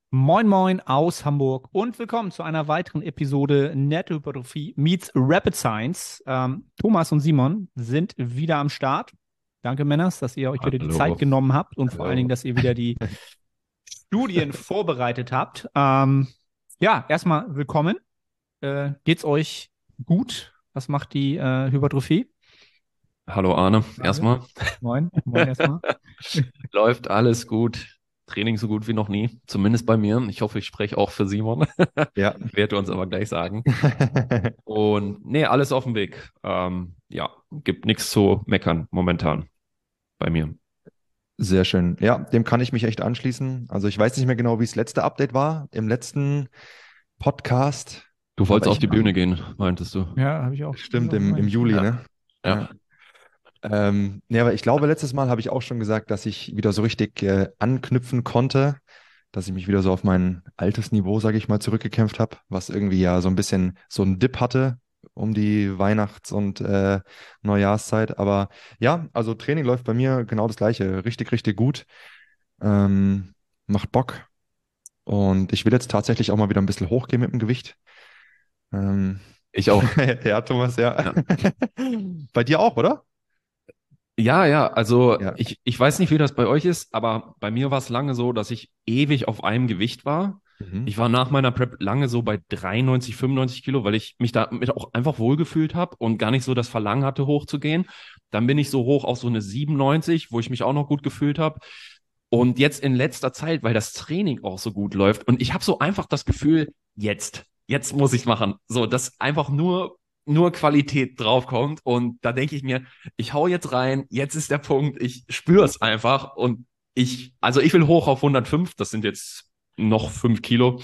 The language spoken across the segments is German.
Moin Moin aus Hamburg und willkommen zu einer weiteren Episode Nettohypertrophie meets Rapid Science. Thomas und Simon sind wieder am Start. Danke, Männers, dass ihr euch wieder die Hallo. Zeit genommen habt und vor allen Dingen, Hallo. dass ihr wieder die Studien vorbereitet habt. Ja, erstmal willkommen. Geht's euch gut? Was macht die Hypertrophie? Hallo Arne, Frage. erstmal. Moin, moin erstmal. Läuft alles gut. Training so gut wie noch nie, zumindest bei mir. Ich hoffe, ich spreche auch für Simon. Ja. Werde uns aber gleich sagen. Und nee, alles auf dem Weg. Ja, gibt nichts zu meckern momentan bei mir. Sehr schön. Ja, dem kann ich mich echt anschließen. Also ich weiß nicht mehr genau, wie das letzte Update war im letzten Podcast, Du aber wolltest auf ich die Bühne gehen, meintest du? Ja, habe ich auch. stimmt im Juli, Ja, ne? Ja. ja. Nee, aber ich glaube, letztes Mal habe ich auch schon gesagt, dass ich wieder so richtig anknüpfen konnte, dass ich mich wieder so auf mein altes Niveau, sage ich mal, zurückgekämpft habe, was irgendwie ja so ein bisschen so einen Dip hatte um die Weihnachts- und Neujahrszeit. Aber ja, also Training läuft bei mir genau das Gleiche, richtig, richtig gut. Ähm, Macht Bock. Und ich will jetzt tatsächlich auch mal wieder ein bisschen hochgehen mit dem Gewicht. Ähm, Ich auch. ja, Thomas, ja. Ja. Bei dir auch, oder? Ja, ja, also Ja. ich weiß nicht, wie das bei euch ist, aber bei mir war es lange so, dass ich ewig auf einem Gewicht war. Mhm. Ich war nach meiner Prep lange so bei 93, 95 Kilo, weil ich mich damit auch einfach wohlgefühlt habe und gar nicht so das Verlangen hatte, hochzugehen. Dann bin ich so hoch auf so eine 97, wo ich mich auch noch gut gefühlt habe. Und jetzt in letzter Zeit, weil das Training auch so gut läuft und ich habe so einfach das Gefühl, jetzt muss ich machen. So, dass einfach nur Qualität draufkommt und da denke ich mir, ich hau jetzt rein, jetzt ist der Punkt, ich spüre es einfach und also ich will hoch auf 105, das sind jetzt noch 5 Kilo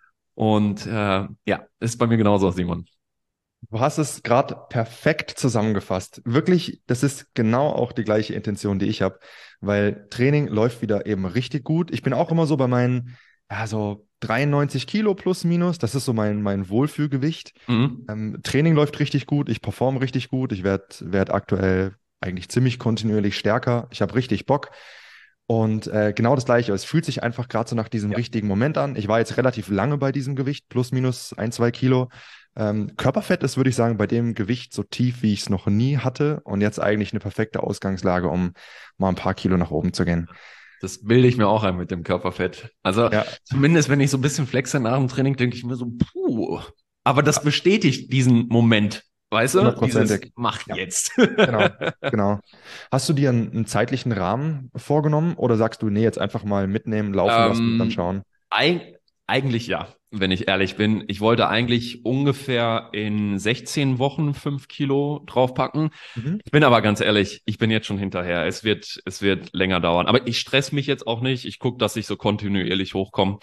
und ja, ist bei mir genauso, Simon. Du hast es gerade perfekt zusammengefasst. Wirklich, das ist genau auch die gleiche Intention, die ich habe, weil Training läuft wieder eben richtig gut. Ich bin auch immer so bei meinen, ja, so 93 Kilo plus minus. Das ist so mein Wohlfühlgewicht. Mhm. Training läuft richtig gut. Ich performe richtig gut. Ich werd aktuell eigentlich ziemlich kontinuierlich stärker. Ich habe richtig Bock. Und genau das Gleiche. Es fühlt sich einfach gerade so nach diesem Ja. richtigen Moment an. Ich war jetzt relativ lange bei diesem Gewicht, plus minus 1, 2 Kilo. Körperfett ist, würde ich sagen, bei dem Gewicht so tief, wie ich es noch nie hatte. Und jetzt eigentlich eine perfekte Ausgangslage, um mal ein paar Kilo nach oben zu gehen. Das bilde ich mir auch ein mit dem Körperfett. Also Ja, zumindest wenn ich so ein bisschen flexe nach dem Training, denke ich mir so, puh. Aber das bestätigt diesen Moment, weißt du? Dieses hundertprozentig. Mach Ja, jetzt. genau, genau. Hast du dir einen zeitlichen Rahmen vorgenommen oder sagst du, nee, jetzt einfach mal mitnehmen, laufen lassen und dann Ähm, schauen? eig Eigentlich ja, wenn ich ehrlich bin. Ich wollte eigentlich ungefähr in 16 Wochen 5 Kilo draufpacken. Mhm. Ich bin aber ganz ehrlich, ich bin jetzt schon hinterher. Es wird länger dauern. Aber ich stress mich jetzt auch nicht. Ich gucke, dass ich so kontinuierlich hochkomme.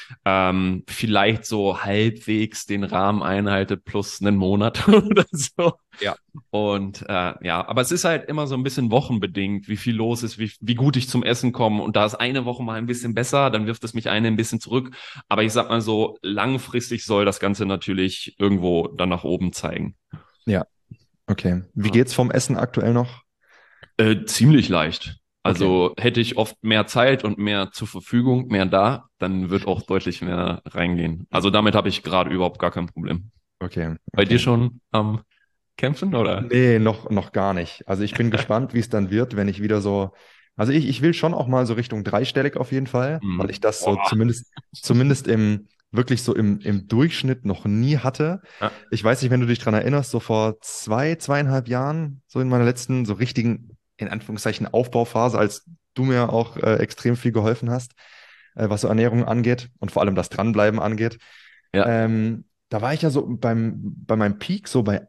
Vielleicht so halbwegs den Rahmen einhalte plus einen Monat oder so. Ja. Und ja, aber es ist halt immer so ein bisschen wochenbedingt, wie viel los ist, wie gut ich zum Essen komme. Und da ist eine Woche mal ein bisschen besser, dann wirft es mich ein bisschen zurück. Aber ich sag mal so, langfristig soll das Ganze natürlich irgendwo dann nach oben zeigen. Ja, okay. Wie Ja. geht's vom Essen aktuell noch? Ziemlich leicht. Okay, Also hätte ich oft mehr Zeit und mehr zur Verfügung, mehr da, dann wird auch deutlich mehr reingehen. Also damit habe ich gerade überhaupt gar kein Problem. okay, Bei dir okay. schon am Kämpfen oder? Nee, noch gar nicht. Also ich bin gespannt, wie es dann wird, wenn ich wieder so. Also ich will schon auch mal so Richtung dreistellig auf jeden Fall, weil ich Mhm. das so Boah. zumindest wirklich so im Durchschnitt noch nie hatte. Ja. Ich weiß nicht, wenn du dich dran erinnerst, so vor 2, 2,5 Jahren, so in meiner letzten, so richtigen, in Anführungszeichen, Aufbauphase, als du mir auch extrem viel geholfen hast, was so Ernährung angeht und vor allem das Dranbleiben angeht. Ja. Da war ich ja so bei meinem Peak so bei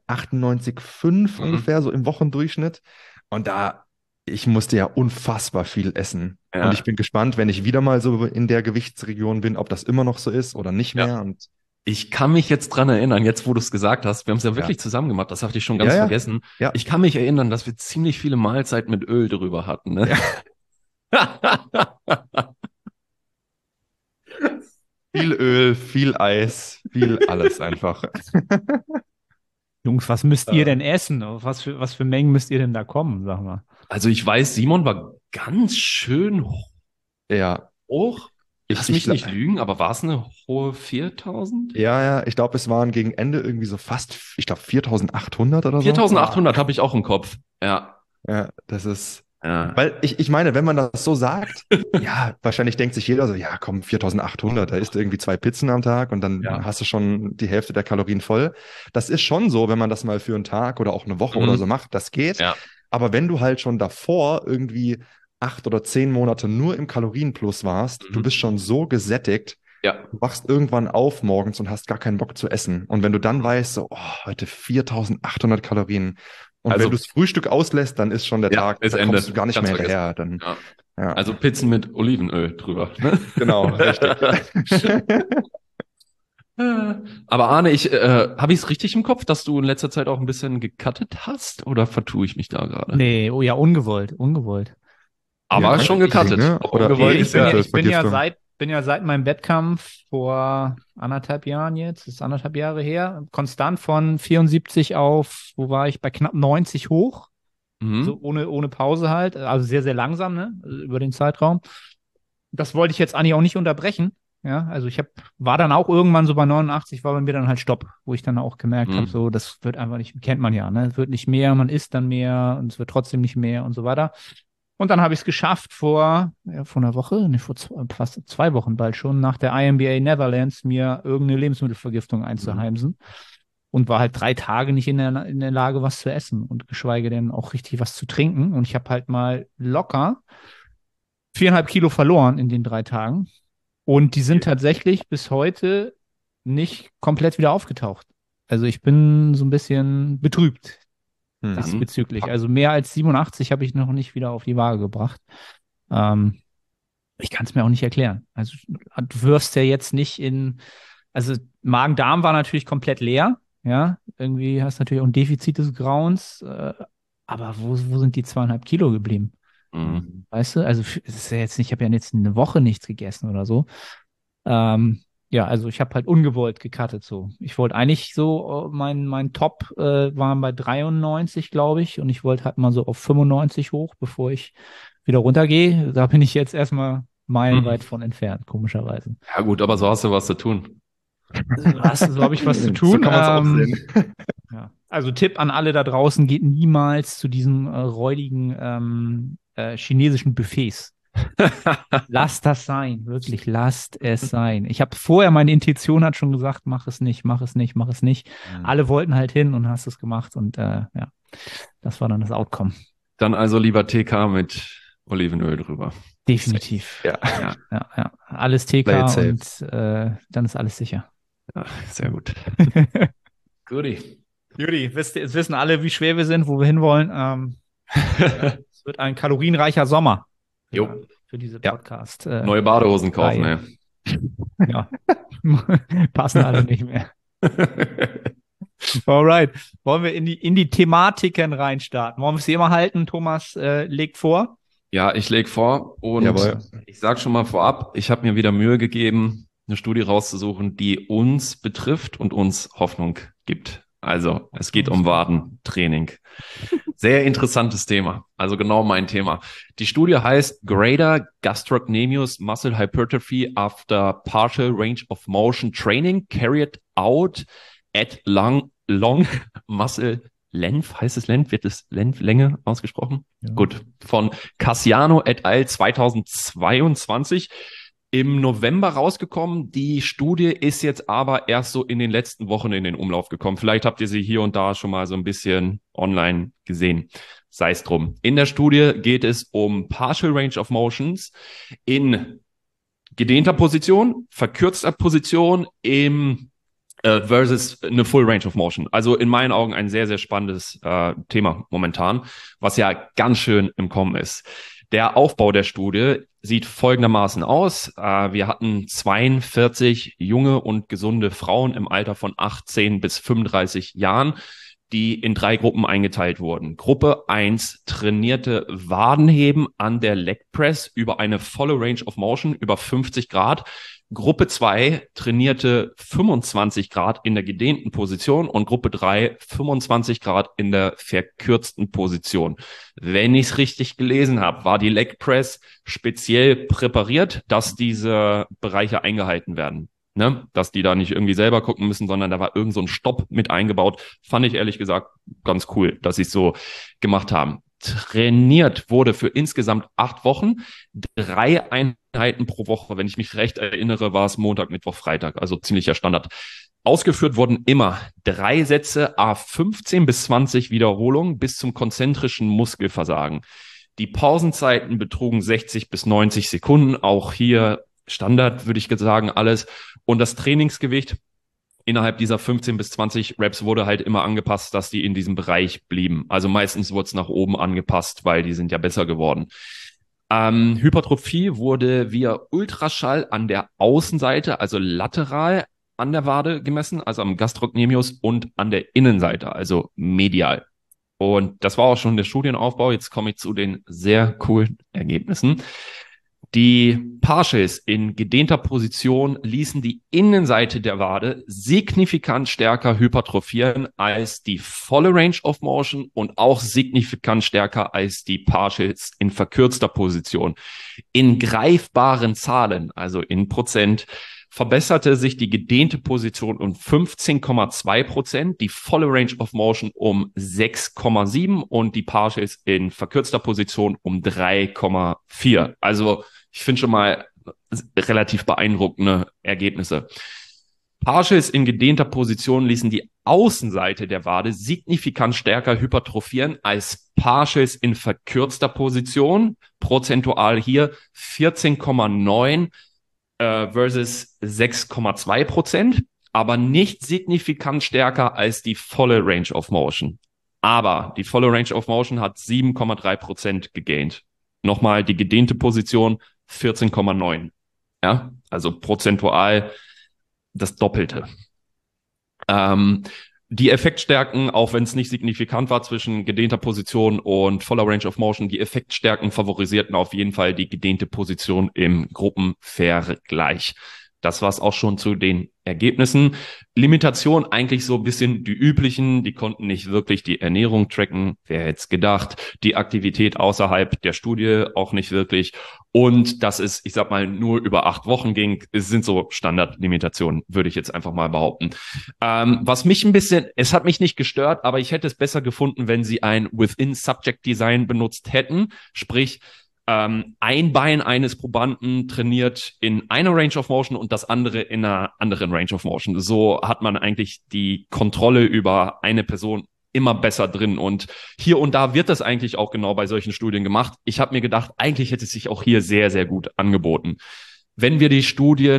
98,5 Mhm. ungefähr, so im Wochendurchschnitt. Und ich musste ja unfassbar viel essen. Und ich Ja. bin gespannt, wenn ich wieder mal so in der Gewichtsregion bin, ob das immer noch so ist oder nicht Ja. mehr. Und Ich kann mich jetzt dran erinnern, jetzt wo du es gesagt hast, wir haben es ja ja, wirklich zusammen gemacht, das hatte ich schon ja, ganz ja, vergessen. ja, Ich kann mich erinnern, dass wir ziemlich viele Mahlzeiten mit Öl drüber hatten, ne? ja. Viel Öl, viel Eis, viel alles einfach. Jungs, was müsst ihr Äh, denn essen? Auf was für Mengen müsst ihr denn da kommen, sag mal? Also ich weiß, Simon war ganz schön Ja, hoch. Lass mich nicht lügen, aber war es eine hohe 4.000? Ja, ich glaube, es waren gegen Ende irgendwie so fast, ich glaube, 4.800 oder so. 4.800 habe ich auch im Kopf. Ja. Ja, das ist, Ja. weil ich meine, wenn man das so sagt, ja, wahrscheinlich denkt sich jeder so, ja, komm, 4.800, da isst du irgendwie 2 Pizzen am Tag und dann Ja. hast du schon die Hälfte der Kalorien voll. Das ist schon so, wenn man das mal für einen Tag oder auch eine Woche oder so macht, das geht. Ja. Aber wenn du halt schon davor irgendwie 8 oder 10 Monate nur im Kalorienplus warst, du bist schon so gesättigt, Ja. du wachst irgendwann auf morgens und hast gar keinen Bock zu essen. Und wenn du dann weißt, so, oh, heute 4.800 Kalorien. Und Also- wenn du das Frühstück auslässt, dann ist schon der Ja, Tag, ist da Ende. kommst du gar nicht Ganz mehr hinterher. Dann, Ja. ja, Also Pizzen mit Olivenöl drüber. Ne? genau, richtig. Aber Arne, habe ich es richtig im Kopf, dass du in letzter Zeit auch ein bisschen gecuttet hast? Oder vertue ich mich da gerade? Nee, oh ja, ungewollt. Aber Ja, schon richtig, gecuttet. ne? Oder Ungewollt Nee, ist ja. ich bin ja Vergiftung. seit meinem Wettkampf vor 1,5 Jahren jetzt, das ist 1,5 Jahre her, konstant von 74 auf, wo war ich, bei knapp 90 hoch, so ohne Pause halt, also sehr, sehr langsam, ne, über den Zeitraum. Das wollte ich jetzt eigentlich auch nicht unterbrechen, ja, also war dann auch irgendwann so bei 89, war bei mir dann halt Stopp, wo ich dann auch gemerkt habe, so, das wird einfach nicht, kennt man ja, ne, es wird nicht mehr, man isst dann mehr und es wird trotzdem nicht mehr und so weiter. Und dann habe ich es geschafft vor einer Woche, nee, fast 2 Wochen bald schon, nach der INBA Netherlands mir irgendeine Lebensmittelvergiftung einzuheimsen und war halt 3 Tage nicht in der Lage, was zu essen und geschweige denn auch richtig was zu trinken. Und ich habe halt mal locker 4,5 Kilo verloren in den 3 Tagen. Und die sind tatsächlich bis heute nicht komplett wieder aufgetaucht. Also ich bin so ein bisschen betrübt diesbezüglich. Also mehr als 87 habe ich noch nicht wieder auf die Waage gebracht. Ich kann es mir auch nicht erklären. Also du wirfst ja jetzt nicht also Magen-Darm war natürlich komplett leer. Ja, irgendwie hast du natürlich auch ein Defizit des Grauens. Aber wo sind die 2,5 Kilo geblieben? Weißt du? Also es ist ja jetzt nicht, ich habe ja jetzt eine Woche nichts gegessen oder so. Ja, also ich habe halt ungewollt gecuttet so. Ich wollte eigentlich so, mein Top waren bei 93, glaube ich, und ich wollte halt mal so auf 95 hoch, bevor ich wieder runtergehe. Da bin ich jetzt erstmal meilenweit von entfernt, komischerweise. Ja gut, aber so hast du was zu tun. So habe ich was zu tun. So kann man es auch sehen. Ja. Also Tipp an alle da draußen, geht niemals zu diesen räudigen chinesischen Buffets. Lasst das sein, wirklich, lasst es sein. Ich habe vorher, meine Intuition hat schon gesagt, mach es nicht. Alle wollten halt hin und hast es gemacht und ja, das war dann das Outcome. Dann also lieber TK mit Olivenöl drüber. Definitiv. Ja. Alles TK und dann ist alles sicher. Ja, sehr gut. Guti. Judy, jetzt wissen alle, wie schwer wir sind, wo wir hinwollen. Es wird ein kalorienreicher Sommer. Jo. Für diese Podcast. Neue Badehosen kaufen, ey. Ja. Passen alle nicht mehr. Alright. Wollen wir in die Thematiken reinstarten? Wollen wir sie immer halten? Thomas legt vor. Ja, ich lege vor und ich sage schon mal vorab, ich habe mir wieder Mühe gegeben, eine Studie rauszusuchen, die uns betrifft und uns Hoffnung gibt. Also, es geht um Wadentraining. Sehr interessantes Thema. Also genau mein Thema. Die Studie heißt Greater Gastrocnemius Muscle Hypertrophy after Partial Range of Motion Training carried out at long muscle length. Heißt es Length? Wird es Länge ausgesprochen? Ja. Gut. Von Cassiano et al. 2022. Im November rausgekommen. Die Studie ist jetzt aber erst so in den letzten Wochen in den Umlauf gekommen. Vielleicht habt ihr sie hier und da schon mal so ein bisschen online gesehen. Sei es drum. In der Studie geht es um Partial Range of Motions in gedehnter Position, verkürzter Position versus eine Full Range of Motion. Also in meinen Augen ein sehr, sehr spannendes Thema momentan, was ja ganz schön im Kommen ist. Der Aufbau der Studie sieht folgendermaßen aus. Wir hatten 42 junge und gesunde Frauen im Alter von 18 bis 35 Jahren, die in 3 Gruppen eingeteilt wurden. Gruppe 1 trainierte Wadenheben an der Leg Press über eine volle Range of Motion über 50 Grad. Gruppe 2 trainierte 25 Grad in der gedehnten Position und Gruppe 3 25 Grad in der verkürzten Position. Wenn ich es richtig gelesen habe, war die Leg Press speziell präpariert, dass diese Bereiche eingehalten werden. Ne? Dass die da nicht irgendwie selber gucken müssen, sondern da war irgend so ein Stopp mit eingebaut. Fand ich ehrlich gesagt ganz cool, dass sie es so gemacht haben. Trainiert wurde für insgesamt 8 Wochen, 3 Einheiten pro Woche. Wenn ich mich recht erinnere, war es Montag, Mittwoch, Freitag, also ziemlicher Standard. Ausgeführt wurden immer 3 Sätze, 15 bis 20 Wiederholungen bis zum konzentrischen Muskelversagen. Die Pausenzeiten betrugen 60 bis 90 Sekunden. Auch hier Standard, würde ich sagen, alles. Und das Trainingsgewicht innerhalb dieser 15 bis 20 Reps wurde halt immer angepasst, dass die in diesem Bereich blieben. Also meistens wurde es nach oben angepasst, weil die sind ja besser geworden. Hypertrophie wurde via Ultraschall an der Außenseite, also lateral an der Wade gemessen, also am Gastrocnemius, und an der Innenseite, also medial. Und das war auch schon der Studienaufbau. Jetzt komme ich zu den sehr coolen Ergebnissen. Die Partials in gedehnter Position ließen die Innenseite der Wade signifikant stärker hypertrophieren als die volle Range of Motion und auch signifikant stärker als die Partials in verkürzter Position. In greifbaren Zahlen, also in Prozent, verbesserte sich die gedehnte Position um 15,2%, die volle Range of Motion um 6,7% und die Partials in verkürzter Position um 3,4%. Also ich finde schon mal relativ beeindruckende Ergebnisse. Partials in gedehnter Position ließen die Außenseite der Wade signifikant stärker hypertrophieren als Partials in verkürzter Position. Prozentual hier 14,9 versus 6,2%, aber nicht signifikant stärker als die volle Range of Motion. Aber die volle Range of Motion hat 7,3% gegaint. Nochmal die gedehnte Position 14,9. Ja, also prozentual das Doppelte. Die Effektstärken, auch wenn es nicht signifikant war zwischen gedehnter Position und voller Range of Motion, die Effektstärken favorisierten auf jeden Fall die gedehnte Position im Gruppenvergleich. Das war es auch schon zu den Ergebnissen. Limitation eigentlich so ein bisschen die üblichen. Die konnten nicht wirklich die Ernährung tracken. Wer hätte es gedacht? Die Aktivität außerhalb der Studie auch nicht wirklich. Und dass es, ich sag mal, nur über 8 Wochen ging, es sind so Standardlimitationen, würde ich jetzt einfach mal behaupten. Was mich ein bisschen, es hat mich nicht gestört, aber ich hätte es besser gefunden, wenn sie ein Within-Subject-Design benutzt hätten. Sprich, ein Bein eines Probanden trainiert in einer Range of Motion und das andere in einer anderen Range of Motion. So hat man eigentlich die Kontrolle über eine Person immer besser drin. Und hier und da wird das eigentlich auch genau bei solchen Studien gemacht. Ich habe mir gedacht, eigentlich hätte es sich auch hier sehr, sehr gut angeboten. Wenn wir die Studie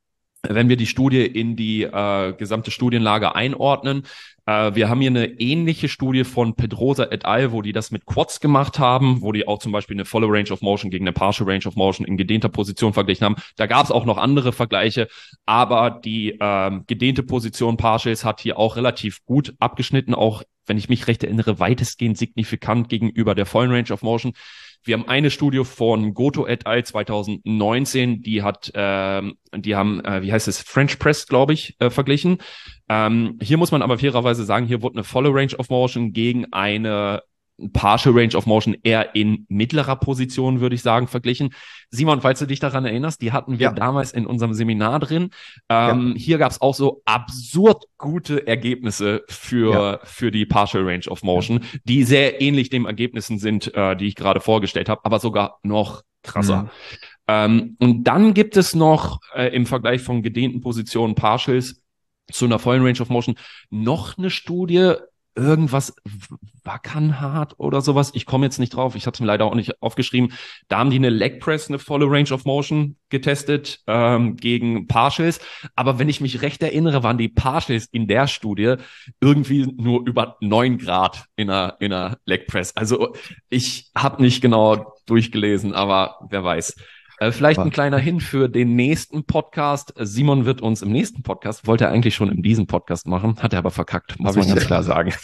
in die gesamte Studienlage einordnen, wir haben hier eine ähnliche Studie von Pedrosa et al., wo die das mit Quads gemacht haben, wo die auch zum Beispiel eine volle Range of Motion gegen eine partial Range of Motion in gedehnter Position verglichen haben. Da gab es auch noch andere Vergleiche, aber die gedehnte Position Partials hat hier auch relativ gut abgeschnitten, auch wenn ich mich recht erinnere, weitestgehend signifikant gegenüber der vollen Range of Motion. Wir haben eine Studie von Goto et al. 2019, die haben, wie heißt es, French Press, glaube ich, verglichen. Hier muss man aber fairerweise sagen, hier wurde eine volle Range of Motion gegen eine Partial Range of Motion eher in mittlerer Position, würde ich sagen, verglichen. Simon, falls du dich daran erinnerst, die hatten wir damals in unserem Seminar drin. Hier gab es auch so absurd gute Ergebnisse für die Partial Range of Motion, die sehr ähnlich den Ergebnissen sind, die ich gerade vorgestellt habe, aber sogar noch krasser. Und dann gibt es noch im Vergleich von gedehnten Positionen Partials zu einer vollen Range of Motion noch eine Studie, irgendwas Wackenhart oder sowas. Ich komme jetzt nicht drauf. Ich habe es mir leider auch nicht aufgeschrieben. Da haben die eine Leg Press, eine volle Range of Motion getestet gegen Partials. Aber wenn ich mich recht erinnere, waren die Partials in der Studie irgendwie nur über 9 Grad in einer Leg Press. Also ich habe nicht genau durchgelesen, aber wer weiß. Vielleicht ein kleiner Hin für den nächsten Podcast. Simon wird uns im nächsten Podcast, wollte er eigentlich schon in diesem Podcast machen, hat er aber verkackt, muss man ganz klar sagen.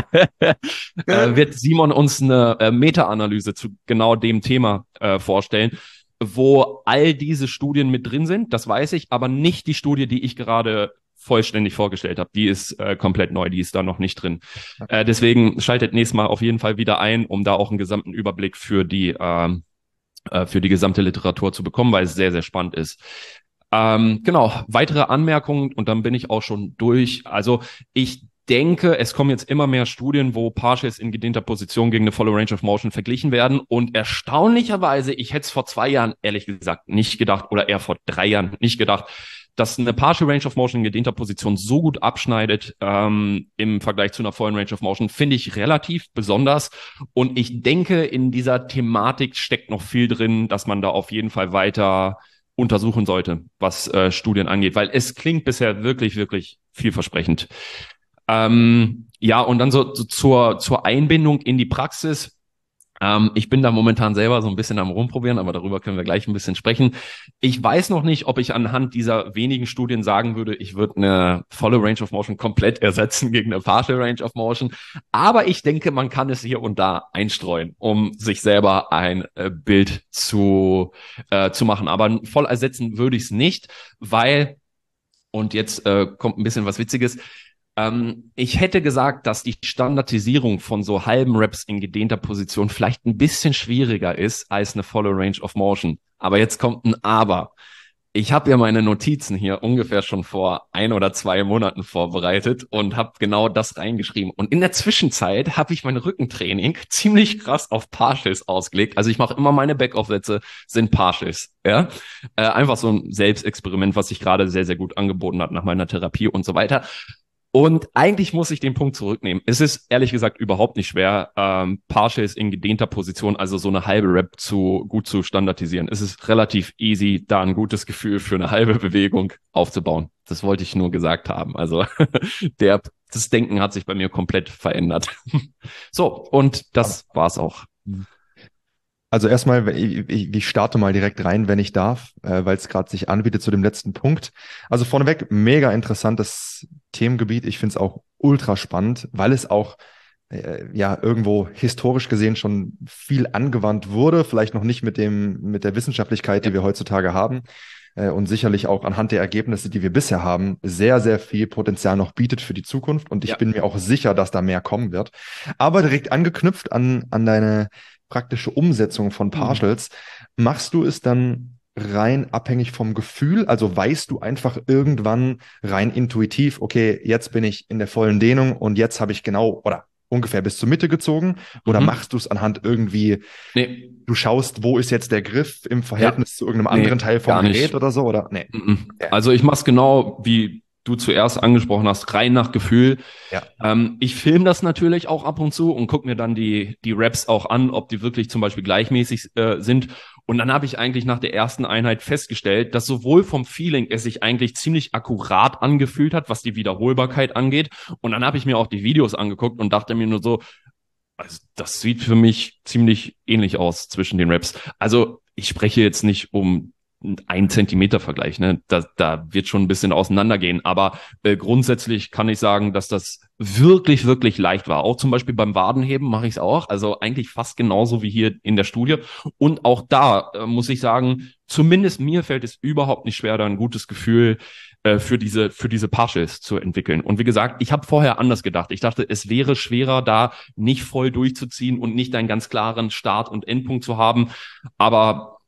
Wird Simon uns eine Meta-Analyse zu genau dem Thema vorstellen, wo all diese Studien mit drin sind, das weiß ich, aber nicht die Studie, die ich gerade vollständig vorgestellt habe. Die ist komplett neu, die ist da noch nicht drin. Deswegen schaltet nächstes Mal auf jeden Fall wieder ein, um da auch einen gesamten Überblick für die gesamte Literatur zu bekommen, weil es sehr, sehr spannend ist. Genau, weitere Anmerkungen und dann bin ich auch schon durch. Also ich denke, es kommen jetzt immer mehr Studien, wo Partials in gedehnter Position gegen eine Follow Range of Motion verglichen werden und erstaunlicherweise, ich hätte es vor 2 Jahren ehrlich gesagt nicht gedacht oder eher vor 3 Jahren nicht gedacht, dass eine Partial Range of Motion in gedehnter Position so gut abschneidet im Vergleich zu einer vollen Range of Motion, finde ich relativ besonders. Und ich denke, in dieser Thematik steckt noch viel drin, dass man da auf jeden Fall weiter untersuchen sollte, was Studien angeht, weil es klingt bisher wirklich, wirklich vielversprechend. Ja, und dann so zur Einbindung in die Praxis. Ich bin da momentan selber so ein bisschen am Rumprobieren, aber darüber können wir gleich ein bisschen sprechen. Ich weiß noch nicht, ob ich anhand dieser wenigen Studien sagen würde, ich würde eine volle Range of Motion komplett ersetzen gegen eine Partial Range of Motion. Aber ich denke, man kann es hier und da einstreuen, um sich selber ein Bild zu machen. Aber voll ersetzen würde ich es nicht, weil, und jetzt kommt ein bisschen was Witziges, ich hätte gesagt, dass die Standardisierung von so halben Reps in gedehnter Position vielleicht ein bisschen schwieriger ist als eine volle Range of Motion. Aber jetzt kommt ein Aber. Ich habe ja meine Notizen hier ungefähr schon vor 1 oder 2 Monaten vorbereitet und habe genau das reingeschrieben. Und in der Zwischenzeit habe ich mein Rückentraining ziemlich krass auf Partials ausgelegt. Also ich mache immer meine Backoff-Sätze sind Partials. Ja? Einfach so ein Selbstexperiment, was sich gerade sehr, sehr gut angeboten hat nach meiner Therapie und so weiter. Und eigentlich muss ich den Punkt zurücknehmen. Es ist ehrlich gesagt überhaupt nicht schwer, Partials in gedehnter Position, also so eine halbe Rep gut zu standardisieren. Es ist relativ easy, da ein gutes Gefühl für eine halbe Bewegung aufzubauen. Das wollte ich nur gesagt haben. Also das Denken hat sich bei mir komplett verändert. So, und das war's auch. Also erstmal, ich starte mal direkt rein, wenn ich darf, weil es gerade sich anbietet zu dem letzten Punkt. Also vorneweg, mega interessantes Themengebiet. Ich finde es auch ultra spannend, weil es auch ja irgendwo historisch gesehen schon viel angewandt wurde, vielleicht noch nicht mit der Wissenschaftlichkeit, die wir heutzutage haben. Und sicherlich auch anhand der Ergebnisse, die wir bisher haben, sehr, sehr viel Potenzial noch bietet für die Zukunft. Und ich bin mir auch sicher, dass da mehr kommen wird. Aber direkt angeknüpft an deine praktische Umsetzung von Partials, machst du es dann rein abhängig vom Gefühl? Also weißt du einfach irgendwann rein intuitiv, okay, jetzt bin ich in der vollen Dehnung und jetzt habe ich genau oder ungefähr bis zur Mitte gezogen? Oder machst du es anhand irgendwie, du schaust, wo ist jetzt der Griff im Verhältnis zu irgendeinem anderen Teil vom Gerät oder so? Oder? Nee. Also ich mache es genau, wie du zuerst angesprochen hast, rein nach Gefühl. Ja. Ich filme das natürlich auch ab und zu und gucke mir dann die Reps auch an, ob die wirklich zum Beispiel gleichmäßig sind. Und dann habe ich eigentlich nach der ersten Einheit festgestellt, dass sowohl vom Feeling es sich eigentlich ziemlich akkurat angefühlt hat, was die Wiederholbarkeit angeht. Und dann habe ich mir auch die Videos angeguckt und dachte mir nur so, also das sieht für mich ziemlich ähnlich aus zwischen den Reps. Also ich spreche jetzt nicht um 1 Zentimeter Vergleich, ne? Da wird schon ein bisschen auseinandergehen. Aber grundsätzlich kann ich sagen, dass das wirklich, wirklich leicht war. Auch zum Beispiel beim Wadenheben mache ich es auch. Also eigentlich fast genauso wie hier in der Studie. Und auch da muss ich sagen, zumindest mir fällt es überhaupt nicht schwer, da ein gutes Gefühl für diese Partials zu entwickeln. Und wie gesagt, ich habe vorher anders gedacht. Ich dachte, es wäre schwerer, da nicht voll durchzuziehen und nicht einen ganz klaren Start- und Endpunkt zu haben. Aber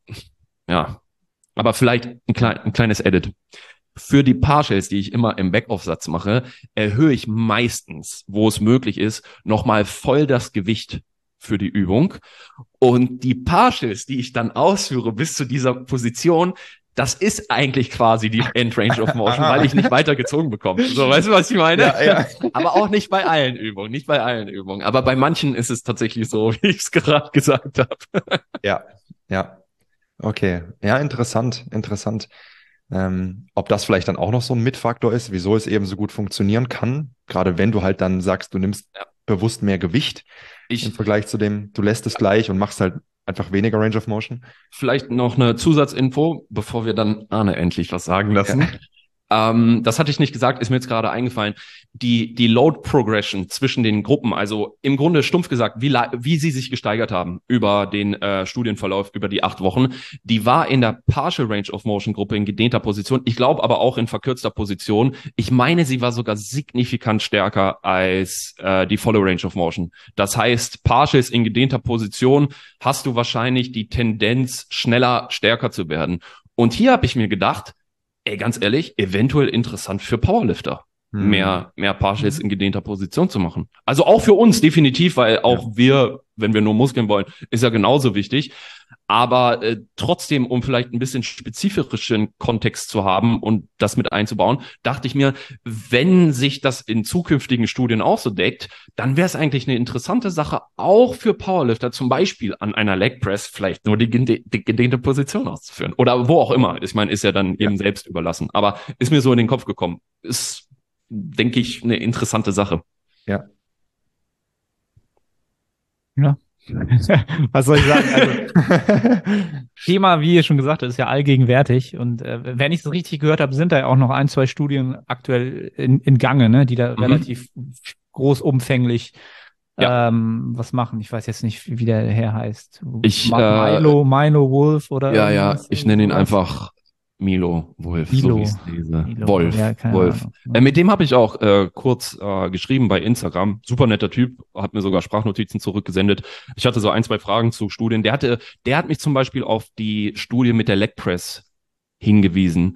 ja, aber vielleicht ein kleines Edit. Für die Partials, die ich immer im Backoff-Satz mache, erhöhe ich meistens, wo es möglich ist, nochmal voll das Gewicht für die Übung. Und die Partials, die ich dann ausführe bis zu dieser Position, das ist eigentlich quasi die End-Range of Motion, weil ich nicht weitergezogen bekomme. So, weißt du, was ich meine? Ja. Aber auch nicht bei allen Übungen, Aber bei manchen ist es tatsächlich so, wie ich es gerade gesagt habe. Ja. Okay, ja, interessant. Ob das vielleicht dann auch noch so ein Mitfaktor ist, wieso es eben so gut funktionieren kann, gerade wenn du halt dann sagst, du nimmst bewusst mehr Gewicht im Vergleich zu dem, du lässt es gleich und machst halt einfach weniger Range of Motion? Vielleicht noch eine Zusatzinfo, bevor wir dann Arne endlich was sagen lassen. Ja. Das hatte ich nicht gesagt, ist mir jetzt gerade eingefallen. Die Load Progression zwischen den Gruppen, also im Grunde stumpf gesagt, wie sie sich gesteigert haben über den Studienverlauf, über die 8 Wochen, die war in der Partial Range of Motion Gruppe in gedehnter Position. Ich glaube aber auch in verkürzter Position. Ich meine, sie war sogar signifikant stärker als die Follow Range of Motion. Das heißt, Partials in gedehnter Position hast du wahrscheinlich die Tendenz, schneller, stärker zu werden. Und hier habe ich mir gedacht, ey, ganz ehrlich, eventuell interessant für Powerlifter, mehr Partials in gedehnter Position zu machen. Also auch für uns definitiv, weil auch wir, wenn wir nur Muskeln wollen, ist ja genauso wichtig. Aber trotzdem, um vielleicht ein bisschen spezifischen Kontext zu haben und das mit einzubauen, dachte ich mir, wenn sich das in zukünftigen Studien auch so deckt, dann wäre es eigentlich eine interessante Sache, auch für Powerlifter, zum Beispiel an einer Leg Press vielleicht nur die gedehnte Position auszuführen. Oder wo auch immer. Ich meine, ist ja dann eben selbst überlassen. Aber ist mir so in den Kopf gekommen. Ist, denke ich, eine interessante Sache. Ja. Ja. Was soll ich sagen? Also, Thema, wie ihr schon gesagt habt, ist ja allgegenwärtig. Und wenn ich es richtig gehört habe, sind da ja auch noch 1, 2 Studien aktuell in Gange, ne, die da relativ großumfänglich was machen. Ich weiß jetzt nicht, wie der Herr heißt. Milo Wolf oder irgendwas. Ich nenne ihn einfach Milo Wolf, so wie ich es lese. Wolf. Ja, Wolf. Mit dem habe ich auch kurz geschrieben bei Instagram. Super netter Typ, hat mir sogar Sprachnotizen zurückgesendet. Ich hatte so 1, 2 Fragen zu Studien. Der hat mich zum Beispiel auf die Studie mit der Leg Press hingewiesen.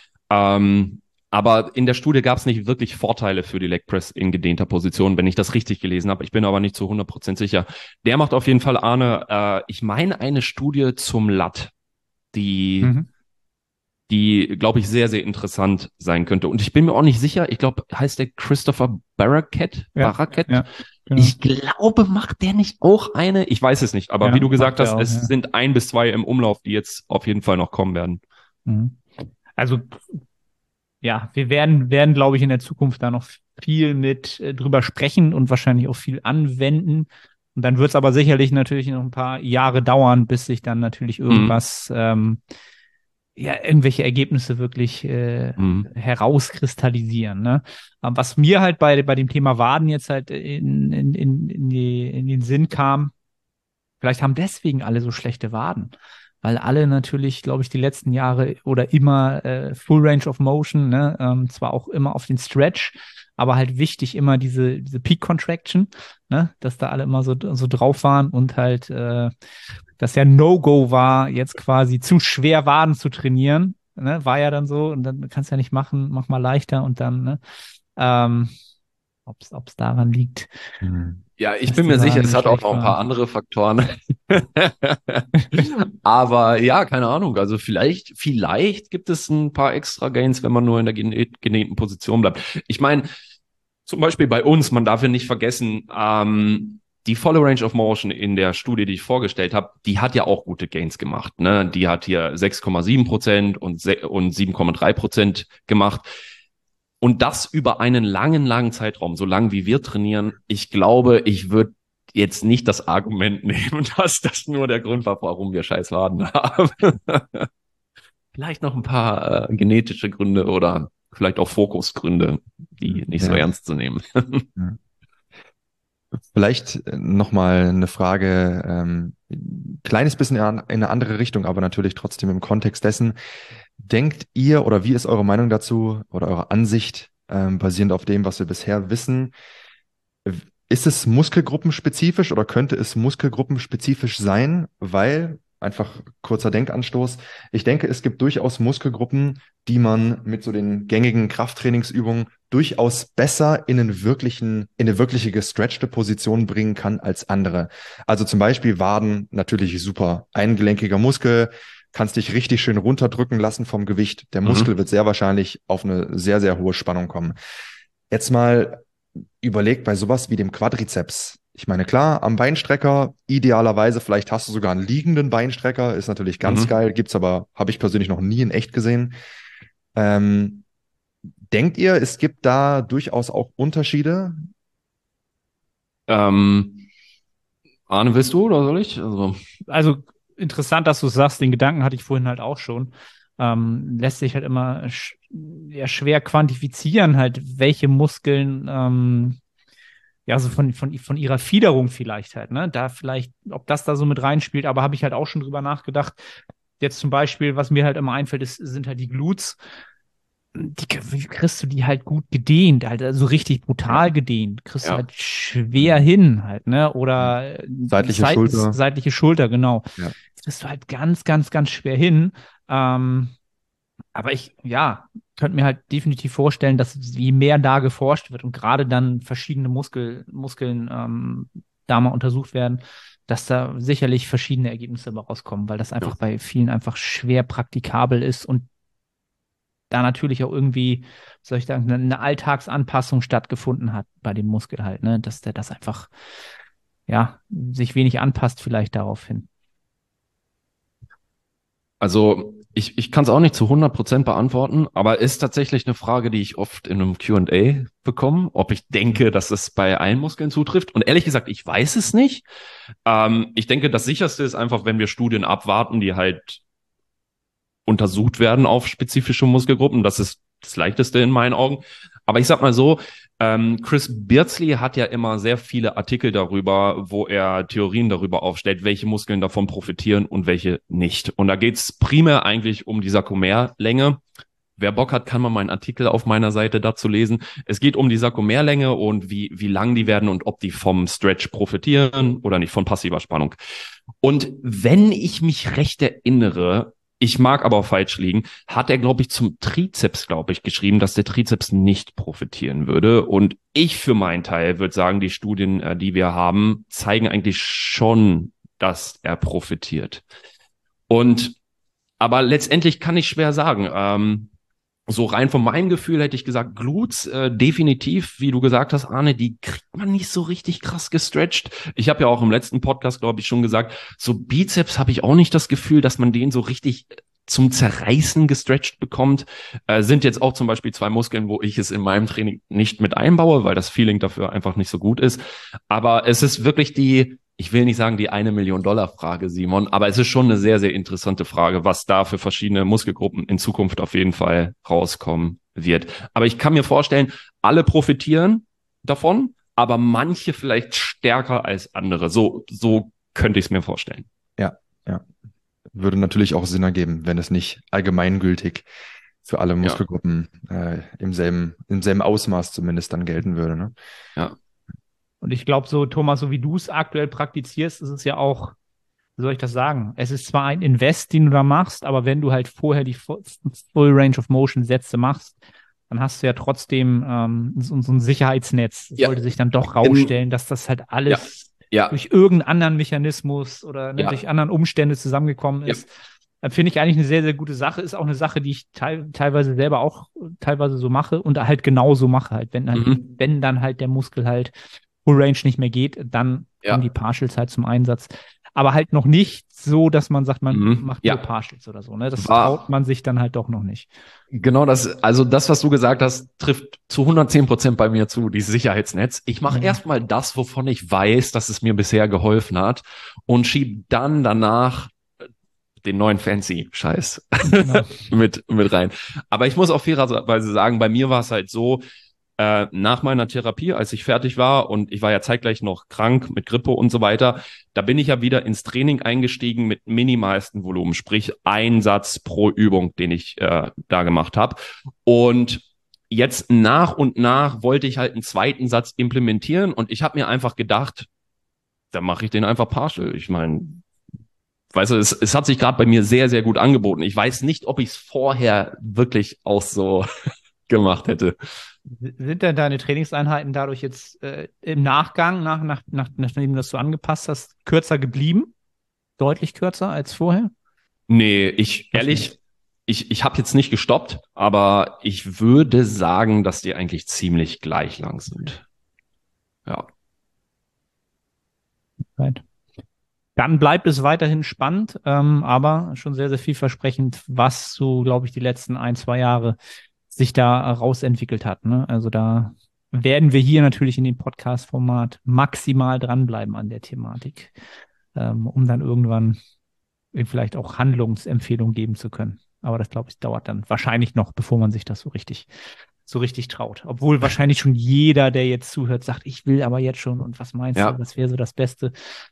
Aber in der Studie gab es nicht wirklich Vorteile für die Leg Press in gedehnter Position, wenn ich das richtig gelesen habe. Ich bin aber nicht zu 100% sicher. Der macht auf jeden Fall, Arne, ich meine eine Studie zum Lat, die glaube ich, sehr, sehr interessant sein könnte. Und ich bin mir auch nicht sicher, ich glaube, heißt der Christopher Barakat? Ja, genau. Ich glaube, macht der nicht auch eine? Ich weiß es nicht, aber wie du gesagt hast, es sind 1 bis 2 im Umlauf, die jetzt auf jeden Fall noch kommen werden. Also, ja, wir werden, glaube ich, in der Zukunft da noch viel mit drüber sprechen und wahrscheinlich auch viel anwenden. Und dann wird es aber sicherlich natürlich noch ein paar Jahre dauern, bis sich dann natürlich irgendwas irgendwelche Ergebnisse wirklich herauskristallisieren. Ne? Was mir halt bei dem Thema Waden jetzt halt in den Sinn kam, vielleicht haben deswegen alle so schlechte Waden, weil alle natürlich, glaube ich, die letzten Jahre oder immer Full Range of Motion, ne? Zwar auch immer auf den Stretch, aber halt wichtig immer diese Peak Contraction, ne? Dass da alle immer so drauf waren und halt dass ja No-Go war, jetzt quasi zu schwer Waden zu trainieren, ne? War ja dann so und dann kannst du ja nicht machen, mach mal leichter und dann, ne? Ob's daran liegt. Ja, ich bin mir sicher, es hat auch noch ein paar andere Faktoren. Aber ja, keine Ahnung. Also vielleicht gibt es ein paar extra Gains, wenn man nur in der gedehnten Position bleibt. Ich meine, zum Beispiel bei uns, man darf ja nicht vergessen, die Follow Range of Motion in der Studie, die ich vorgestellt habe, die hat ja auch gute Gains gemacht. Ne? Die hat hier 6,7% und 7,3% gemacht. Und das über einen langen Zeitraum, so lang wie wir trainieren. Ich glaube, ich würde jetzt nicht das Argument nehmen, dass das nur der Grund war, warum wir scheiß Waden haben. Vielleicht noch ein paar genetische Gründe oder vielleicht auch Fokusgründe, die nicht so ernst zu nehmen. Vielleicht nochmal eine Frage, kleines bisschen in eine andere Richtung, aber natürlich trotzdem im Kontext dessen. Denkt ihr oder wie ist eure Meinung dazu oder eure Ansicht, basierend auf dem, was wir bisher wissen? Ist es muskelgruppenspezifisch oder könnte es muskelgruppenspezifisch sein? Weil, einfach kurzer Denkanstoß, ich denke, es gibt durchaus Muskelgruppen, die man mit so den gängigen Krafttrainingsübungen durchaus besser in eine wirkliche gestretchte Position bringen kann als andere. Also zum Beispiel Waden, natürlich super. Eingelenkiger Muskel, kannst dich richtig schön runterdrücken lassen vom Gewicht. Der Muskel wird sehr wahrscheinlich auf eine sehr, sehr hohe Spannung kommen. Jetzt mal überlegt bei sowas wie dem Quadrizeps. Ich meine, klar, am Beinstrecker, idealerweise, vielleicht hast du sogar einen liegenden Beinstrecker, ist natürlich ganz geil, gibt's aber, habe ich persönlich noch nie in echt gesehen. Denkt ihr, es gibt da durchaus auch Unterschiede? Arne, willst du oder soll ich? Also interessant, dass du es sagst, den Gedanken hatte ich vorhin halt auch schon. Lässt sich halt immer ja, schwer quantifizieren, halt, welche Muskeln ja, so von ihrer Fiederung vielleicht halt, ne? Da vielleicht, ob das da so mit reinspielt, aber habe ich halt auch schon drüber nachgedacht. Jetzt zum Beispiel, was mir halt immer einfällt, sind halt die Glutes. Wie kriegst du die halt gut gedehnt, halt also richtig brutal gedehnt, kriegst du Ja. halt schwer hin halt, ne? Oder Seitliche Schulter. seitliche Schulter, genau. Ja. Kriegst du halt ganz, ganz, ganz schwer hin. Aber ich, ja, könnte mir halt definitiv vorstellen, dass je mehr da geforscht wird und gerade dann verschiedene Muskeln da mal untersucht werden, dass da sicherlich verschiedene Ergebnisse dabei rauskommen, weil das einfach bei vielen einfach schwer praktikabel ist und da natürlich auch irgendwie, wie soll ich sagen, eine Alltagsanpassung stattgefunden hat bei dem Muskel halt, ne, dass der das einfach, ja, sich wenig anpasst vielleicht daraufhin. Also ich kann es auch nicht zu 100% beantworten, aber ist tatsächlich eine Frage, die ich oft in einem Q&A bekomme, ob ich denke, dass es bei allen Muskeln zutrifft. Und ehrlich gesagt, ich weiß es nicht. Ich denke, das Sicherste ist einfach, wenn wir Studien abwarten, die halt untersucht werden auf spezifische Muskelgruppen. Das ist das Leichteste in meinen Augen. Aber ich sag mal so, Chris Beardsley hat ja immer sehr viele Artikel darüber, wo er Theorien darüber aufstellt, welche Muskeln davon profitieren und welche nicht. Und da geht's primär eigentlich um die Sarkomerlänge. Wer Bock hat, kann mal meinen Artikel auf meiner Seite dazu lesen. Es geht um die Sarkomerlänge und wie lang die werden und ob die vom Stretch profitieren oder nicht, von passiver Spannung. Und wenn ich mich recht erinnere, ich mag aber auch falsch liegen, hat er, glaube ich, zum Trizeps, glaube ich, geschrieben, dass der Trizeps nicht profitieren würde. Und ich für meinen Teil würde sagen, die Studien, die wir haben, zeigen eigentlich schon, dass er profitiert. Und aber letztendlich kann ich schwer sagen. So rein von meinem Gefühl hätte ich gesagt, Glutes definitiv, wie du gesagt hast, Arne, die kriegt man nicht so richtig krass gestretched. Ich habe ja auch im letzten Podcast, glaube ich, schon gesagt, so Bizeps habe ich auch nicht das Gefühl, dass man den so richtig zum Zerreißen gestretched bekommt. Sind jetzt auch zum Beispiel zwei Muskeln, wo ich es in meinem Training nicht mit einbaue, weil das Feeling dafür einfach nicht so gut ist. Aber es ist wirklich ich will nicht sagen die 1 Million-Dollar-Frage, Simon, aber es ist schon eine sehr, sehr interessante Frage, was da für verschiedene Muskelgruppen in Zukunft auf jeden Fall rauskommen wird. Aber ich kann mir vorstellen, alle profitieren davon, aber manche vielleicht stärker als andere. So könnte ich es mir vorstellen. Ja, ja. Würde natürlich auch Sinn ergeben, wenn es nicht allgemeingültig für alle Muskelgruppen im selben Ausmaß zumindest dann gelten würde. Ne? Ja. Und ich glaube, so, Thomas, so wie du es aktuell praktizierst, ist es ja auch, wie soll ich das sagen? Es ist zwar ein Invest, den du da machst, aber wenn du halt vorher die Full Range of Motion Sätze machst, dann hast du ja trotzdem so ein Sicherheitsnetz. Es sollte sich dann doch rausstellen, dass das halt alles durch irgendeinen anderen Mechanismus oder durch anderen Umstände zusammengekommen ist. Finde ich eigentlich eine sehr, sehr gute Sache. Ist auch eine Sache, die ich teilweise selber auch teilweise so mache und halt genauso mache halt. Wenn dann halt der Muskel halt Full Range nicht mehr geht, dann kommen die Partials halt zum Einsatz. Aber halt noch nicht so, dass man sagt, man macht nur Partials oder so. Ne? Das traut man sich dann halt doch noch nicht. Genau also das, was du gesagt hast, trifft zu 110% bei mir zu, dieses Sicherheitsnetz. Ich mache erstmal das, wovon ich weiß, dass es mir bisher geholfen hat und schiebe dann danach den neuen Fancy-Scheiß mit rein. Aber ich muss auch fairerweise sagen, bei mir war es halt so, nach meiner Therapie, als ich fertig war und ich war ja zeitgleich noch krank mit Grippe und so weiter, da bin ich ja wieder ins Training eingestiegen mit minimalsten Volumen, sprich ein Satz pro Übung, den ich da gemacht habe. Und jetzt nach und nach wollte ich halt einen zweiten Satz implementieren und ich habe mir einfach gedacht, dann mache ich den einfach partial. Ich meine, weißt du, es hat sich gerade bei mir sehr, sehr gut angeboten. Ich weiß nicht, ob ich es vorher wirklich auch so gemacht hätte. Sind denn deine Trainingseinheiten dadurch jetzt im Nachgang, nachdem du das so angepasst hast, kürzer geblieben? Deutlich kürzer als vorher? Nee, ich habe jetzt nicht gestoppt, aber ich würde sagen, dass die eigentlich ziemlich gleich lang sind. Ja. Right. Dann bleibt es weiterhin spannend, aber schon sehr, sehr vielversprechend, was so, glaube ich, die letzten 1, 2 Jahre sich da rausentwickelt hat. Ne? Also da werden wir hier natürlich in dem Podcast-Format maximal dranbleiben an der Thematik, um dann irgendwann vielleicht auch Handlungsempfehlungen geben zu können. Aber das, glaube ich, dauert dann wahrscheinlich noch, bevor man sich das so richtig traut. Obwohl wahrscheinlich schon jeder, der jetzt zuhört, sagt, ich will aber jetzt schon und was meinst du, was wäre so das Beste?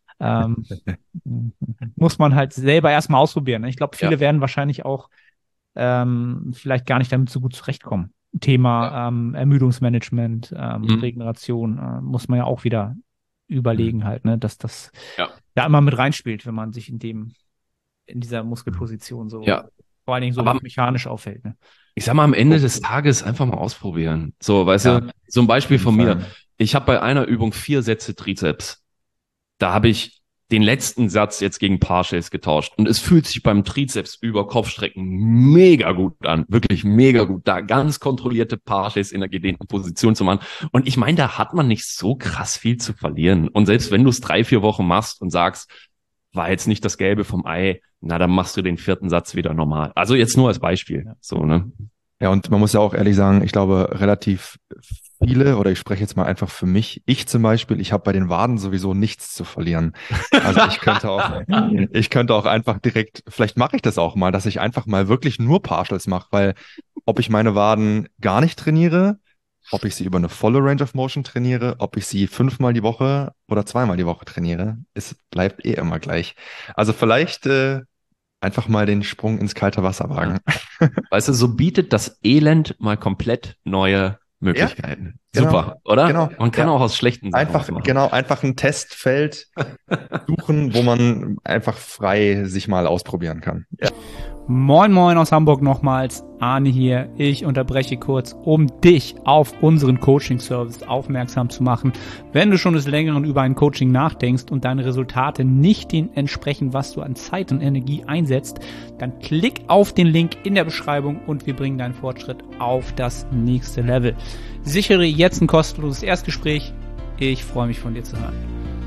Muss man halt selber erstmal ausprobieren. Ne? Ich glaube, viele werden wahrscheinlich auch vielleicht gar nicht damit so gut zurechtkommen. Thema Ermüdungsmanagement, Regeneration, muss man ja auch wieder überlegen halt, ne, dass das da immer mit reinspielt, wenn man sich in dieser Muskelposition so vor allen Dingen so mechanisch aufhält. Ne? Ich sag mal, am Ende des Tages einfach mal ausprobieren. So, weißt du, so ein Beispiel von mir. Ich habe bei einer Übung 4 Sätze Trizeps. Da habe ich den letzten Satz jetzt gegen Partials getauscht. Und es fühlt sich beim Trizeps über Kopfstrecken mega gut an. Wirklich mega gut. Da ganz kontrollierte Partials in der gedehnten Position zu machen. Und ich meine, da hat man nicht so krass viel zu verlieren. Und selbst wenn du es 3-4 Wochen machst und sagst, war jetzt nicht das Gelbe vom Ei, na, dann machst du den 4. Satz wieder normal. Also jetzt nur als Beispiel. So, ne? Ja, und man muss ja auch ehrlich sagen, ich glaube, relativ viele, oder ich spreche jetzt mal einfach für mich, ich zum Beispiel, ich habe bei den Waden sowieso nichts zu verlieren. Also ich könnte auch einfach direkt, vielleicht mache ich das auch mal, dass ich einfach mal wirklich nur Partials mache, weil ob ich meine Waden gar nicht trainiere, ob ich sie über eine volle Range of Motion trainiere, ob ich sie 5-mal die Woche oder 2-mal die Woche trainiere, es bleibt eh immer gleich. Also vielleicht einfach mal den Sprung ins kalte Wasser wagen. Weißt du, so bietet das Elend mal komplett neue Möglichkeiten. Ja, super, oder? Genau. Man kann auch aus schlechten Sachen einfach machen. Genau, einfach ein Testfeld suchen, wo man einfach frei sich mal ausprobieren kann. Ja. Moin Moin aus Hamburg nochmals, Arne hier. Ich unterbreche kurz, um dich auf unseren Coaching-Service aufmerksam zu machen. Wenn du schon des Längeren über ein Coaching nachdenkst und deine Resultate nicht dem entsprechen, was du an Zeit und Energie einsetzt, dann klick auf den Link in der Beschreibung und wir bringen deinen Fortschritt auf das nächste Level. Sichere jetzt ein kostenloses Erstgespräch. Ich freue mich, von dir zu hören.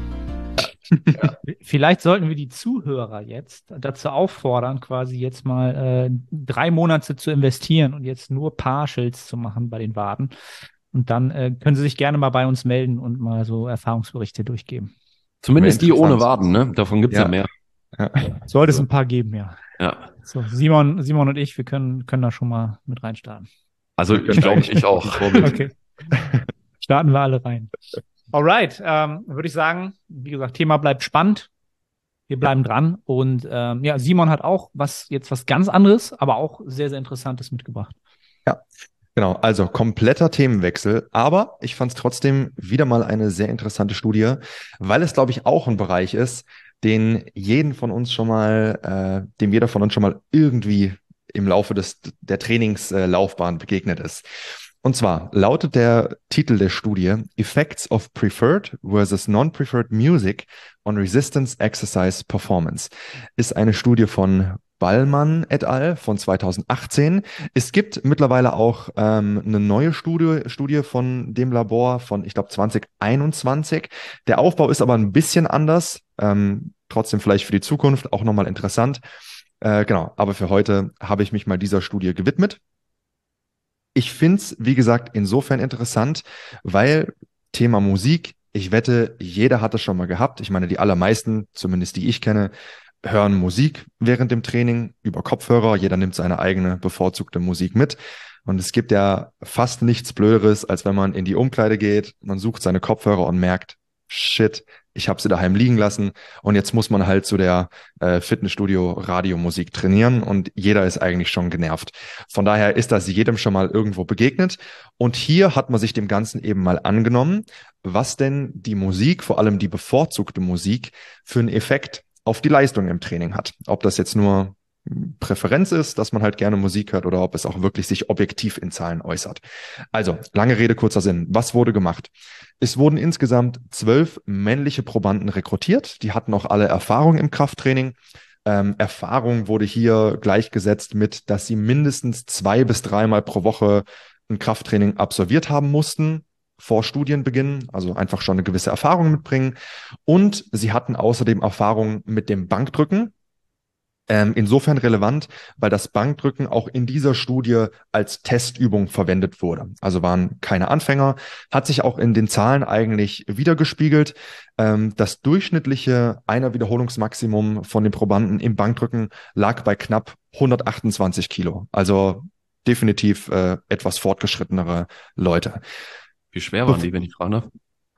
Ja. Vielleicht sollten wir die Zuhörer jetzt dazu auffordern, quasi jetzt mal 3 Monate zu investieren und jetzt nur Partials zu machen bei den Waden. Und dann können sie sich gerne mal bei uns melden und mal so Erfahrungsberichte durchgeben. Zumindest die ohne Waden, ne? Davon gibt es ja mehr. Ja. Sollte es ein paar geben, ja. So, Simon und ich, wir können da schon mal mit reinstarten. Also ich glaube, ich auch. Okay. Starten wir alle rein. Alright, würde ich sagen, wie gesagt, Thema bleibt spannend. Wir bleiben dran und Simon hat auch was ganz anderes, aber auch sehr, sehr Interessantes mitgebracht. Ja, genau. Also kompletter Themenwechsel, aber ich fand es trotzdem wieder mal eine sehr interessante Studie, weil es, glaube ich, auch ein Bereich ist, dem jeder von uns schon mal irgendwie im Laufe der Trainingslaufbahn begegnet ist. Und zwar lautet der Titel der Studie Effects of Preferred versus Non-Preferred Music on Resistance Exercise Performance. Ist eine Studie von Ballmann et al. Von 2018. Es gibt mittlerweile auch eine neue Studie von dem Labor von, ich glaube, 2021. Der Aufbau ist aber ein bisschen anders. Trotzdem vielleicht für die Zukunft auch nochmal interessant. Genau, aber für heute habe ich mich mal dieser Studie gewidmet. Ich finde es, wie gesagt, insofern interessant, weil Thema Musik, ich wette, jeder hat das schon mal gehabt. Ich meine, die allermeisten, zumindest die ich kenne, hören Musik während dem Training über Kopfhörer. Jeder nimmt seine eigene bevorzugte Musik mit. Und es gibt ja fast nichts Blöderes, als wenn man in die Umkleide geht, man sucht seine Kopfhörer und merkt, shit, ich habe sie daheim liegen lassen und jetzt muss man halt zu der Fitnessstudio-Radiomusik trainieren und jeder ist eigentlich schon genervt. Von daher ist das jedem schon mal irgendwo begegnet und hier hat man sich dem Ganzen eben mal angenommen, was denn die Musik, vor allem die bevorzugte Musik, für einen Effekt auf die Leistung im Training hat. Ob das jetzt nur Präferenz ist, dass man halt gerne Musik hört oder ob es auch wirklich sich objektiv in Zahlen äußert. Also, lange Rede, kurzer Sinn. Was wurde gemacht? Es wurden insgesamt 12 männliche Probanden rekrutiert. Die hatten auch alle Erfahrung im Krafttraining. Erfahrung wurde hier gleichgesetzt mit, dass sie mindestens 2 bis 3 Mal pro Woche ein Krafttraining absolviert haben mussten vor Studienbeginn, also einfach schon eine gewisse Erfahrung mitbringen. Und sie hatten außerdem Erfahrung mit dem Bankdrücken. Insofern relevant, weil das Bankdrücken auch in dieser Studie als Testübung verwendet wurde. Also waren keine Anfänger, hat sich auch in den Zahlen eigentlich wiedergespiegelt. Das durchschnittliche Einer-Wiederholungsmaximum von den Probanden im Bankdrücken lag bei knapp 128 Kilo. Also definitiv etwas fortgeschrittenere Leute. Wie schwer waren die, wenn ich fragen darf?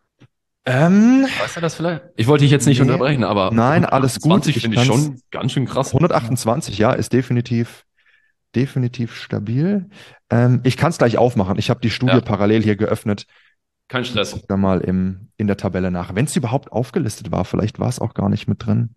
Weißt du das vielleicht? Ich wollte dich jetzt nicht Nee, unterbrechen, aber nein, alles gut. 20 finde ich schon ganz schön krass. 128, ja, ist definitiv stabil. Ich kann es gleich aufmachen. Ich habe die Studie parallel hier geöffnet. Kein Stress. Guck da mal in der Tabelle nach. Wenn es überhaupt aufgelistet war, vielleicht war es auch gar nicht mit drin.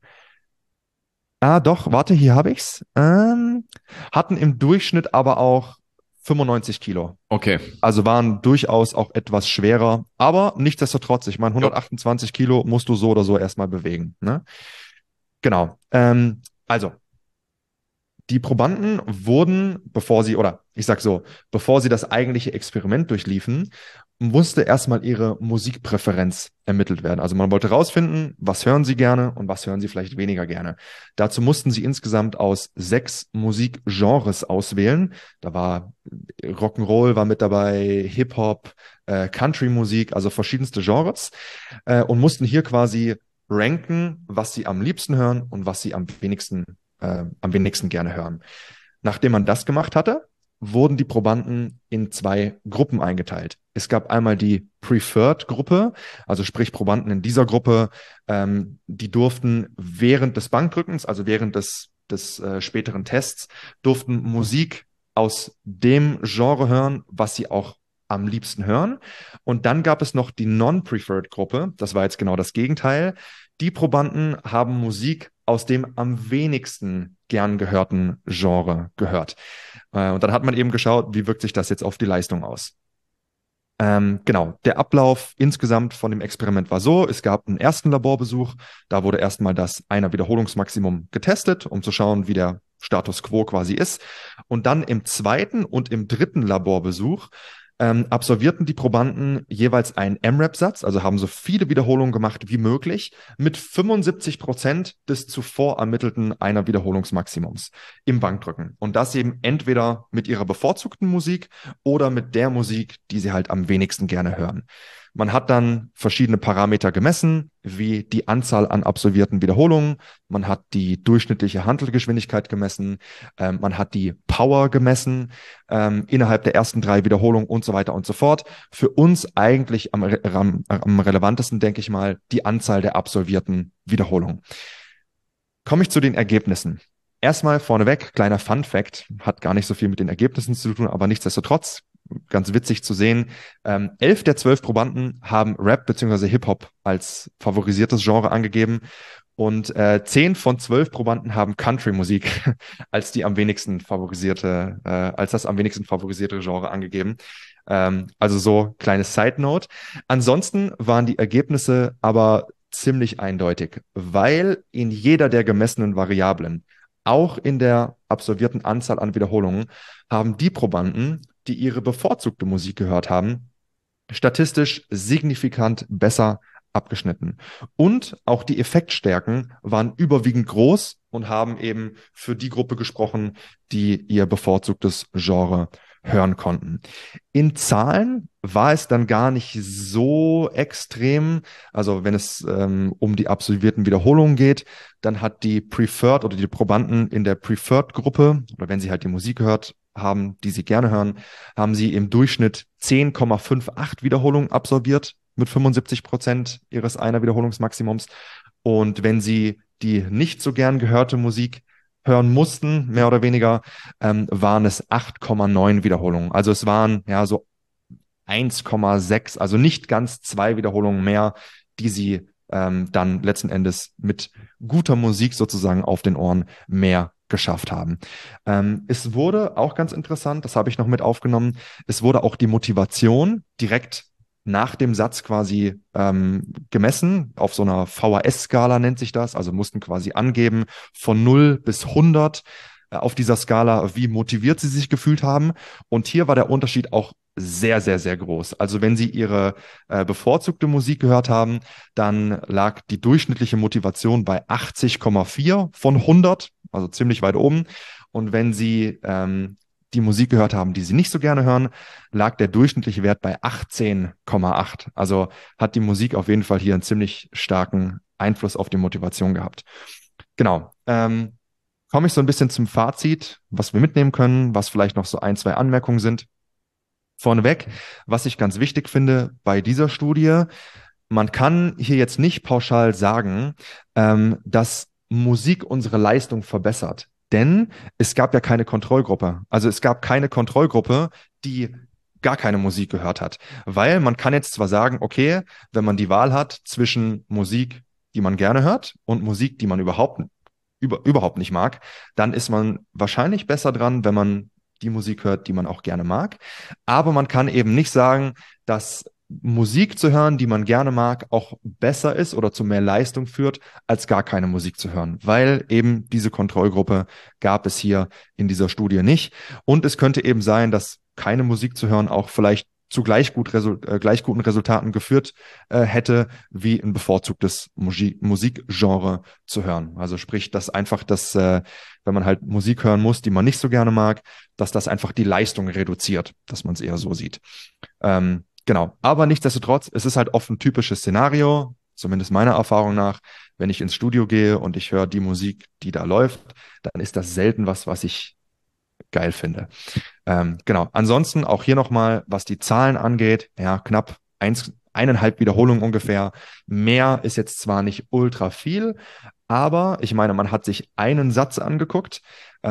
Ah, doch, warte, hier habe ich's. Hatten im Durchschnitt aber auch 95 Kilo. Okay. Also waren durchaus auch etwas schwerer, aber nichtsdestotrotz, ich meine, 128 Kilo musst du so oder so erstmal bewegen. Ne? Genau. Also, die Probanden wurden, bevor sie das eigentliche Experiment durchliefen, musste erstmal ihre Musikpräferenz ermittelt werden. Also man wollte rausfinden, was hören sie gerne und was hören sie vielleicht weniger gerne. Dazu mussten sie insgesamt aus 6 Musikgenres auswählen. Da war Rock'n'Roll war mit dabei, Hip-Hop, Country-Musik, also verschiedenste Genres, und mussten hier quasi ranken, was sie am liebsten hören und was sie am wenigsten gerne hören. Nachdem man das gemacht hatte, wurden die Probanden in 2 Gruppen eingeteilt. Es gab einmal die Preferred-Gruppe, also sprich Probanden in dieser Gruppe, die durften während des Bankdrückens, also während des späteren Tests, durften Musik aus dem Genre hören, was sie auch am liebsten hören. Und dann gab es noch die Non-Preferred-Gruppe, das war jetzt genau das Gegenteil. Die Probanden haben Musik aus dem am wenigsten gern gehörten Genre gehört. Und dann hat man eben geschaut, wie wirkt sich das jetzt auf die Leistung aus. Genau, der Ablauf insgesamt von dem Experiment war so, es gab einen ersten Laborbesuch, da wurde erstmal das Einer-Wiederholungsmaximum getestet, um zu schauen, wie der Status quo quasi ist. Und dann im zweiten und im dritten Laborbesuch absolvierten die Probanden jeweils einen M-Rap-Satz, also haben so viele Wiederholungen gemacht wie möglich, mit 75% des zuvor ermittelten Einer-Wiederholungsmaximums im Bankdrücken. Und das eben entweder mit ihrer bevorzugten Musik oder mit der Musik, die sie halt am wenigsten gerne hören. Man hat dann verschiedene Parameter gemessen, wie die Anzahl an absolvierten Wiederholungen. Man hat die durchschnittliche Hantelgeschwindigkeit gemessen. Man hat die Power gemessen innerhalb der ersten 3 Wiederholungen und so weiter und so fort. Für uns eigentlich am relevantesten, denke ich mal, die Anzahl der absolvierten Wiederholungen. Komme ich zu den Ergebnissen. Erstmal vorneweg, kleiner Fun-Fact, hat gar nicht so viel mit den Ergebnissen zu tun, aber nichtsdestotrotz, ganz witzig zu sehen, 11 der 12 Probanden haben Rap bzw. Hip-Hop als favorisiertes Genre angegeben und 10 von 12 Probanden haben Country-Musik als das am wenigsten favorisierte Genre angegeben. Also so kleines Side-Note. Ansonsten waren die Ergebnisse aber ziemlich eindeutig, weil in jeder der gemessenen Variablen, auch in der absolvierten Anzahl an Wiederholungen, haben die Probanden, die ihre bevorzugte Musik gehört haben, statistisch signifikant besser abgeschnitten. Und auch die Effektstärken waren überwiegend groß und haben eben für die Gruppe gesprochen, die ihr bevorzugtes Genre hören konnten. In Zahlen war es dann gar nicht so extrem. Also wenn es um die absolvierten Wiederholungen geht, dann hat die Preferred oder die Probanden in der Preferred-Gruppe, oder wenn sie halt die Musik gehört haben, die sie gerne hören, haben sie im Durchschnitt 10,58 Wiederholungen absolviert mit 75% ihres Einer-Wiederholungsmaximums. Und wenn sie die nicht so gern gehörte Musik hören mussten, mehr oder weniger, waren es 8,9 Wiederholungen. Also es waren ja so 1,6, also nicht ganz 2 Wiederholungen mehr, die sie dann letzten Endes mit guter Musik sozusagen auf den Ohren mehr geschafft haben. Es wurde auch ganz interessant, das habe ich noch mit aufgenommen, es wurde auch die Motivation direkt nach dem Satz quasi gemessen, auf so einer VHS-Skala nennt sich das, also mussten quasi angeben von 0 bis 100 auf dieser Skala, wie motiviert sie sich gefühlt haben. Und hier war der Unterschied auch sehr, sehr, sehr groß. Also wenn Sie Ihre bevorzugte Musik gehört haben, dann lag die durchschnittliche Motivation bei 80,4 von 100 also ziemlich weit oben. Und wenn Sie die Musik gehört haben, die Sie nicht so gerne hören, lag der durchschnittliche Wert bei 18,8. Also hat die Musik auf jeden Fall hier einen ziemlich starken Einfluss auf die Motivation gehabt. Genau. Komme ich so ein bisschen zum Fazit, was wir mitnehmen können, was vielleicht noch so ein, zwei Anmerkungen sind. Vorneweg, was ich ganz wichtig finde bei dieser Studie, man kann hier jetzt nicht pauschal sagen, dass Musik unsere Leistung verbessert. Denn es gab ja keine Kontrollgruppe. Also es gab keine Kontrollgruppe, die gar keine Musik gehört hat. Weil man kann jetzt zwar sagen, okay, wenn man die Wahl hat zwischen Musik, die man gerne hört und Musik, die man überhaupt nicht mag, dann ist man wahrscheinlich besser dran, wenn man die Musik hört, die man auch gerne mag. Aber man kann eben nicht sagen, dass Musik zu hören, die man gerne mag, auch besser ist oder zu mehr Leistung führt, als gar keine Musik zu hören, weil eben diese Kontrollgruppe gab es hier in dieser Studie nicht. Und es könnte eben sein, dass keine Musik zu hören auch vielleicht zu gleich guten Resultaten geführt hätte, wie ein bevorzugtes Musikgenre zu hören. Also sprich, dass einfach wenn man halt Musik hören muss, die man nicht so gerne mag, dass das einfach die Leistung reduziert, dass man es eher so sieht. Genau, aber nichtsdestotrotz, es ist halt oft ein typisches Szenario, zumindest meiner Erfahrung nach, wenn ich ins Studio gehe und ich höre die Musik, die da läuft, dann ist das selten was ich geil finde. Genau. Ansonsten auch hier nochmal, was die Zahlen angeht, ja, knapp 1,5 Wiederholungen ungefähr. Mehr ist jetzt zwar nicht ultra viel, aber ich meine, man hat sich einen Satz angeguckt.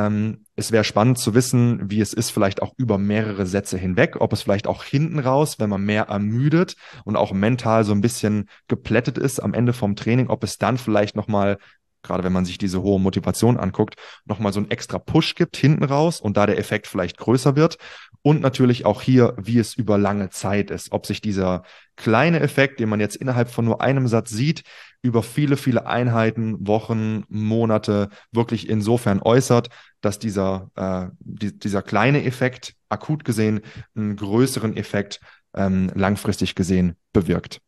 Es wäre spannend zu wissen, wie es ist, vielleicht auch über mehrere Sätze hinweg, ob es vielleicht auch hinten raus, wenn man mehr ermüdet und auch mental so ein bisschen geplättet ist am Ende vom Training, ob es dann vielleicht nochmal, gerade wenn man sich diese hohe Motivation anguckt, nochmal so einen extra Push gibt hinten raus und da der Effekt vielleicht größer wird. Und natürlich auch hier, wie es über lange Zeit ist, ob sich dieser kleine Effekt, den man jetzt innerhalb von nur einem Satz sieht, über viele, viele Einheiten, Wochen, Monate wirklich insofern äußert, dass dieser kleine Effekt akut gesehen einen größeren Effekt langfristig gesehen bewirkt.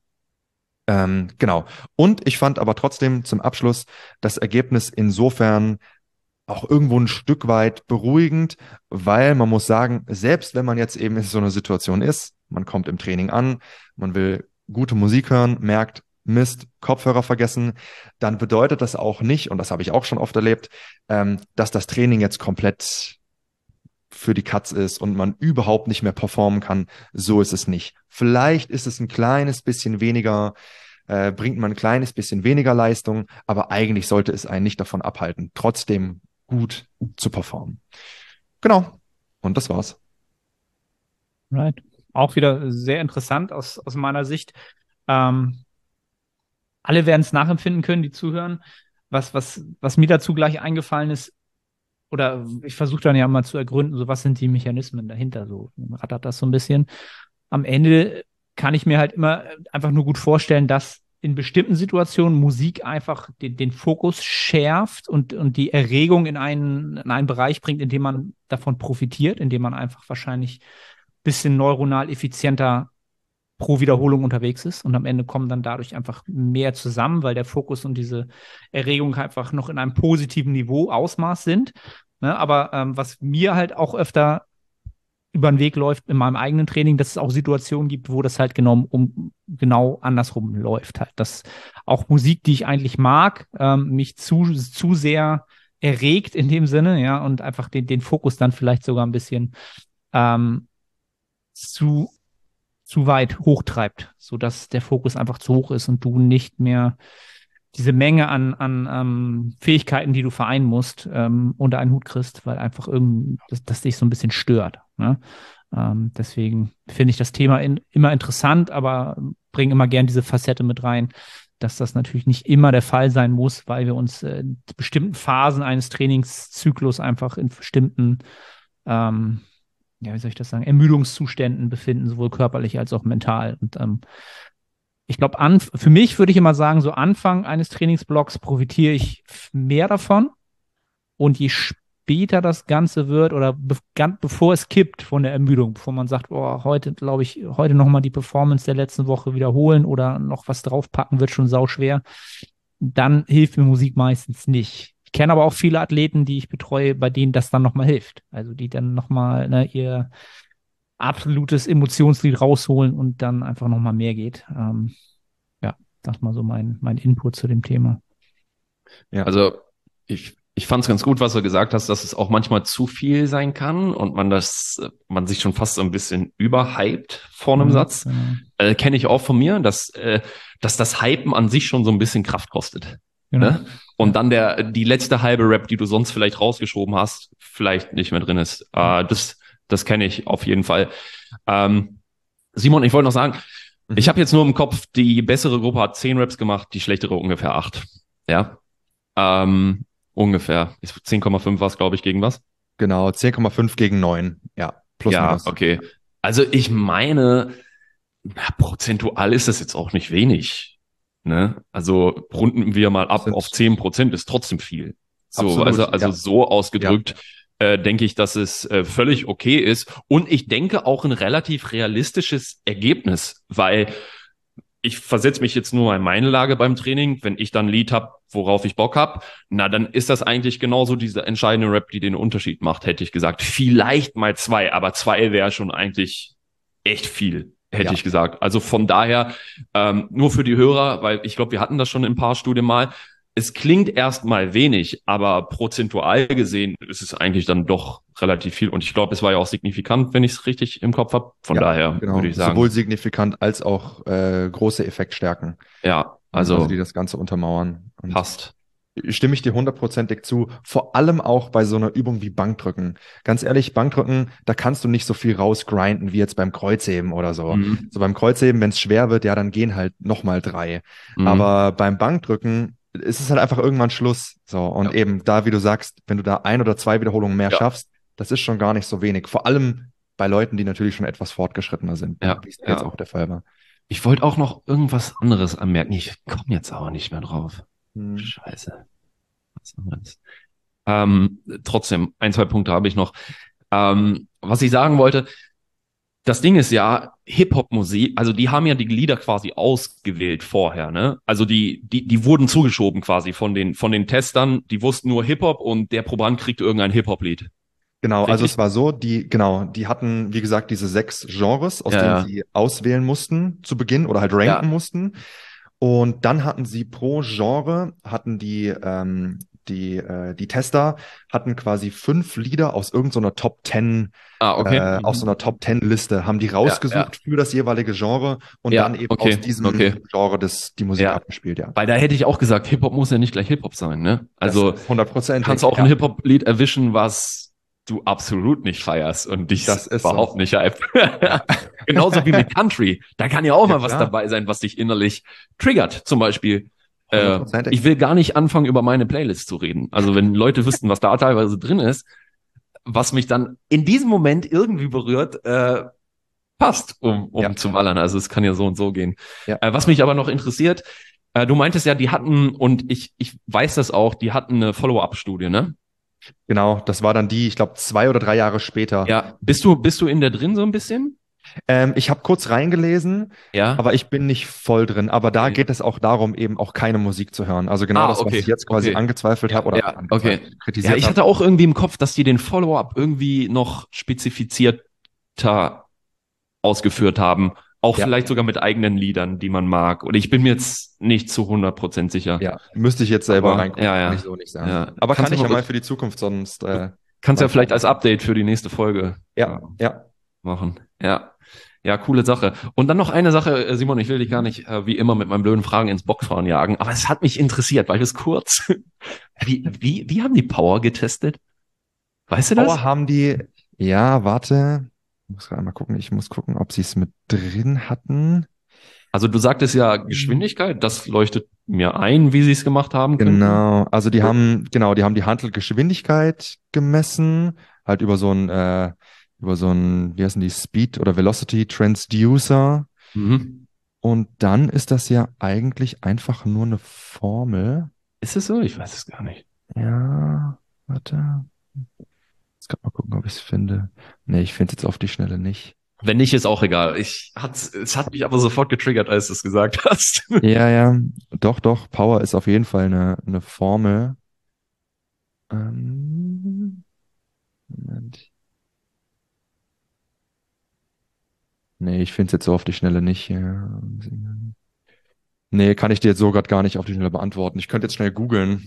Genau. Und ich fand aber trotzdem zum Abschluss das Ergebnis insofern auch irgendwo ein Stück weit beruhigend, weil man muss sagen, selbst wenn man jetzt eben in so einer Situation ist, man kommt im Training an, man will gute Musik hören, merkt, Mist, Kopfhörer vergessen, dann bedeutet das auch nicht, und das habe ich auch schon oft erlebt, dass das Training jetzt komplett für die Katz ist und man überhaupt nicht mehr performen kann. So ist es nicht. Vielleicht ist es ein kleines bisschen weniger, bringt man ein kleines bisschen weniger Leistung, aber eigentlich sollte es einen nicht davon abhalten, trotzdem gut zu performen. Genau. Und das war's. Right. Auch wieder sehr interessant aus meiner Sicht. Alle werden es nachempfinden können, die zuhören. Was mir dazu gleich eingefallen ist, oder ich versuche dann ja mal zu ergründen, so was sind die Mechanismen dahinter, so rattert das so ein bisschen. Am Ende kann ich mir halt immer einfach nur gut vorstellen, dass in bestimmten Situationen Musik einfach den Fokus schärft und die Erregung in einen Bereich bringt, in dem man davon profitiert, in dem man einfach wahrscheinlich ein bisschen neuronal effizienter pro Wiederholung unterwegs ist und am Ende kommen dann dadurch einfach mehr zusammen, weil der Fokus und diese Erregung einfach noch in einem positiven Niveau, Ausmaß sind. Ne? Aber was mir halt auch öfter über den Weg läuft in meinem eigenen Training, dass es auch Situationen gibt, wo das halt genau andersrum läuft. Halt. Dass auch Musik, die ich eigentlich mag, mich zu sehr erregt in dem Sinne, ja, und einfach den Fokus dann vielleicht sogar ein bisschen zu weit hochtreibt, sodass der Fokus einfach zu hoch ist und du nicht mehr diese Menge an Fähigkeiten, die du vereinen musst, unter einen Hut kriegst, weil einfach das dich so ein bisschen stört. Ne? Deswegen finde ich das Thema immer interessant, aber bringe immer gern diese Facette mit rein, dass das natürlich nicht immer der Fall sein muss, weil wir uns in bestimmten Phasen eines Trainingszyklus einfach in bestimmten wie soll ich das sagen, Ermüdungszuständen befinden, sowohl körperlich als auch mental. Und ich glaube, für mich würde ich immer sagen, so Anfang eines Trainingsblocks profitiere ich mehr davon. Und je später das Ganze wird oder bevor es kippt von der Ermüdung, bevor man sagt, oh, heute nochmal die Performance der letzten Woche wiederholen oder noch was draufpacken, wird schon sauschwer, dann hilft mir Musik meistens nicht. Ich Ich kenne aber auch viele Athleten, die ich betreue, bei denen das dann nochmal hilft. Also die dann nochmal ihr absolutes Emotionslied rausholen und dann einfach nochmal mehr geht. Ja, das mal so mein Input zu dem Thema. Ja. Also ich fand es ganz gut, was du gesagt hast, dass es auch manchmal zu viel sein kann und man sich schon fast so ein bisschen überhypt vor einem Satz. Genau. Kenne ich auch von mir, dass das Hypen an sich schon so ein bisschen Kraft kostet. Genau. Ne? Und dann die letzte halbe Rap, die du sonst vielleicht rausgeschoben hast, vielleicht nicht mehr drin ist. Das kenne ich auf jeden Fall. Simon, ich wollte noch sagen, ich habe jetzt nur im Kopf, die bessere Gruppe hat 10 Raps gemacht, die schlechtere ungefähr 8. Ja. Ungefähr. 10,5 war es, glaube ich, gegen was? Genau, 10,5 gegen 9. Ja, plus minus. Ja, okay. Also ich meine, prozentual ist das jetzt auch nicht wenig. Ne? Also runden wir mal ab auf 10%, ist trotzdem viel. So, also so ausgedrückt, denke ich, dass es völlig okay ist. Und ich denke auch ein relativ realistisches Ergebnis, weil ich versetze mich jetzt nur in meine Lage beim Training. Wenn ich dann ein Lied habe, worauf ich Bock habe, na, dann ist das eigentlich genauso diese entscheidende Rap, die den Unterschied macht, hätte ich gesagt. Vielleicht mal 2, aber 2 wäre schon eigentlich echt viel, hätte ich gesagt. Also von daher, nur für die Hörer, weil ich glaube, wir hatten das schon in ein paar Studien mal, es klingt erstmal wenig, aber prozentual gesehen ist es eigentlich dann doch relativ viel. Und ich glaube, es war ja auch signifikant, wenn ich es richtig im Kopf habe. Von daher würde ich sagen. Sowohl signifikant als auch große Effektstärken. Ja, also die das Ganze untermauern. Und passt. Stimme ich dir 100%ig zu. Vor allem auch bei so einer Übung wie Bankdrücken. Ganz ehrlich, Bankdrücken, da kannst du nicht so viel rausgrinden wie jetzt beim Kreuzheben oder so. So beim Kreuzheben, wenn es schwer wird, ja, dann gehen halt nochmal 3. Aber beim Bankdrücken ist es halt einfach irgendwann Schluss. So, und eben da, wie du sagst, wenn du da 1 oder 2 Wiederholungen mehr schaffst, das ist schon gar nicht so wenig. Vor allem bei Leuten, die natürlich schon etwas fortgeschritterer sind, wie es jetzt auch der Fall war. Ich wollte auch noch irgendwas anderes anmerken. Ich komme jetzt aber nicht mehr drauf. Scheiße. Was anderes. Trotzdem, 1, 2 Punkte habe ich noch. Was ich sagen wollte, das Ding ist ja, Hip-Hop-Musik, also die haben ja die Lieder quasi ausgewählt vorher, ne? Also die wurden zugeschoben quasi von den Testern, die wussten nur Hip-Hop und der Proband kriegt irgendein Hip-Hop-Lied. Genau, richtig? Also es war so, die hatten, wie gesagt, diese 6 Genres, aus denen sie auswählen mussten zu Beginn oder halt ranken mussten. Und dann hatten sie pro Genre, die Tester hatten quasi 5 Lieder aus irgendeiner Top 10, aus so einer Top 10 Liste, haben die rausgesucht für das jeweilige Genre und dann eben aus diesem Genre die Musik abgespielt, Weil da hätte ich auch gesagt, Hip-Hop muss ja nicht gleich Hip-Hop sein, ne? Also 100%. Kannst auch ein Hip-Hop-Lied erwischen, was du absolut nicht feierst und dich überhaupt nicht hype. Genauso wie mit Country. Da kann ja auch mal was dabei sein, was dich innerlich triggert. Zum Beispiel, ich will gar nicht anfangen, über meine Playlist zu reden. Also wenn Leute wüssten, was da teilweise drin ist, was mich dann in diesem Moment irgendwie berührt, passt, um zu ballern. Also es kann ja so und so gehen. Was mich aber noch interessiert, du meintest ja, die hatten, und ich weiß das auch, die hatten eine Follow-up-Studie, ne? Genau, das war dann ich glaube, 2 oder 3 Jahre später. Ja, bist du in der drin so ein bisschen? Ich habe kurz reingelesen, aber ich bin nicht voll drin. Aber da geht es auch darum, eben auch keine Musik zu hören. Also genau das, was ich jetzt quasi angezweifelt habe oder kritisiert habe. Ich hatte auch irgendwie im Kopf, dass die den Follow-up irgendwie noch spezifizierter ausgeführt haben. Auch vielleicht sogar mit eigenen Liedern, die man mag. Oder ich bin mir jetzt nicht zu 100% sicher. Ja, müsste ich jetzt selber reingucken, kann ich so nicht sagen. Ja. Aber kann ich ja mal für die Zukunft sonst... kannst ja vielleicht als Update für die nächste Folge machen. Ja, coole Sache. Und dann noch eine Sache, Simon, ich will dich gar nicht wie immer mit meinen blöden Fragen ins Boxfahren jagen, aber es hat mich interessiert, weil es kurz... Wie haben die Power getestet? Weißt du das? Power haben die... Ja, warte... Ich muss gerade mal gucken. Ich muss gucken, ob sie es mit drin hatten. Also du sagtest ja Geschwindigkeit, das leuchtet mir ein, wie sie es gemacht haben. Genau, also die haben die Hantelgeschwindigkeit gemessen, halt über so ein, wie heißen die, Speed oder Velocity Transducer. Und dann ist das ja eigentlich einfach nur eine Formel. Ist es so? Ich weiß es gar nicht. Ja, warte. Jetzt kann mal gucken, ob ich es finde. Nee, ich finde es jetzt auf die Schnelle nicht. Wenn nicht, ist auch egal. Es hat mich aber sofort getriggert, als du es gesagt hast. Ja. Doch. Power ist auf jeden Fall eine Formel. Moment. Nee, ich finde es jetzt so auf die Schnelle nicht. Ja. Nee, kann ich dir jetzt so gerade gar nicht auf die Schnelle beantworten. Ich könnte jetzt schnell googeln.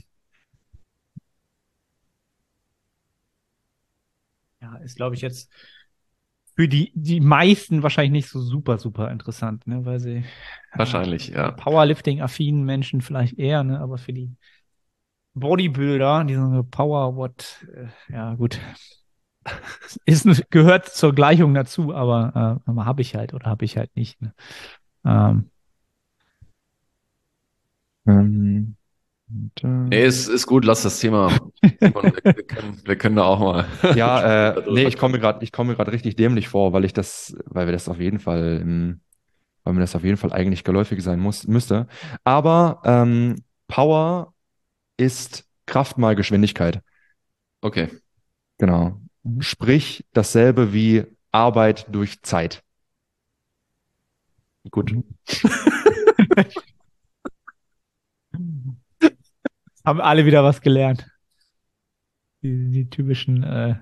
Ja, ist, glaube ich, jetzt für die meisten wahrscheinlich nicht so super, super interessant, ne? Weil sie Wahrscheinlich, ja. Powerlifting-affinen Menschen vielleicht eher, ne? Aber für die Bodybuilder, die so Power, what, ja, gut. Gehört zur Gleichung dazu, aber habe ich halt oder habe ich halt nicht. Ne? Ähm, Ähm, Nee, ist gut, lass das Thema. Simon, wir können da auch mal. ja, nee, ich komme quatschen. mir gerade, ich komme mir gerade richtig dämlich vor, weil wir das auf jeden Fall, weil mir das auf jeden Fall eigentlich geläufig sein müsste. Aber Power ist Kraft mal Geschwindigkeit. Okay, Genau. Mhm. Sprich dasselbe wie Arbeit durch Zeit. gut. Mhm. Haben alle wieder was gelernt. Die typischen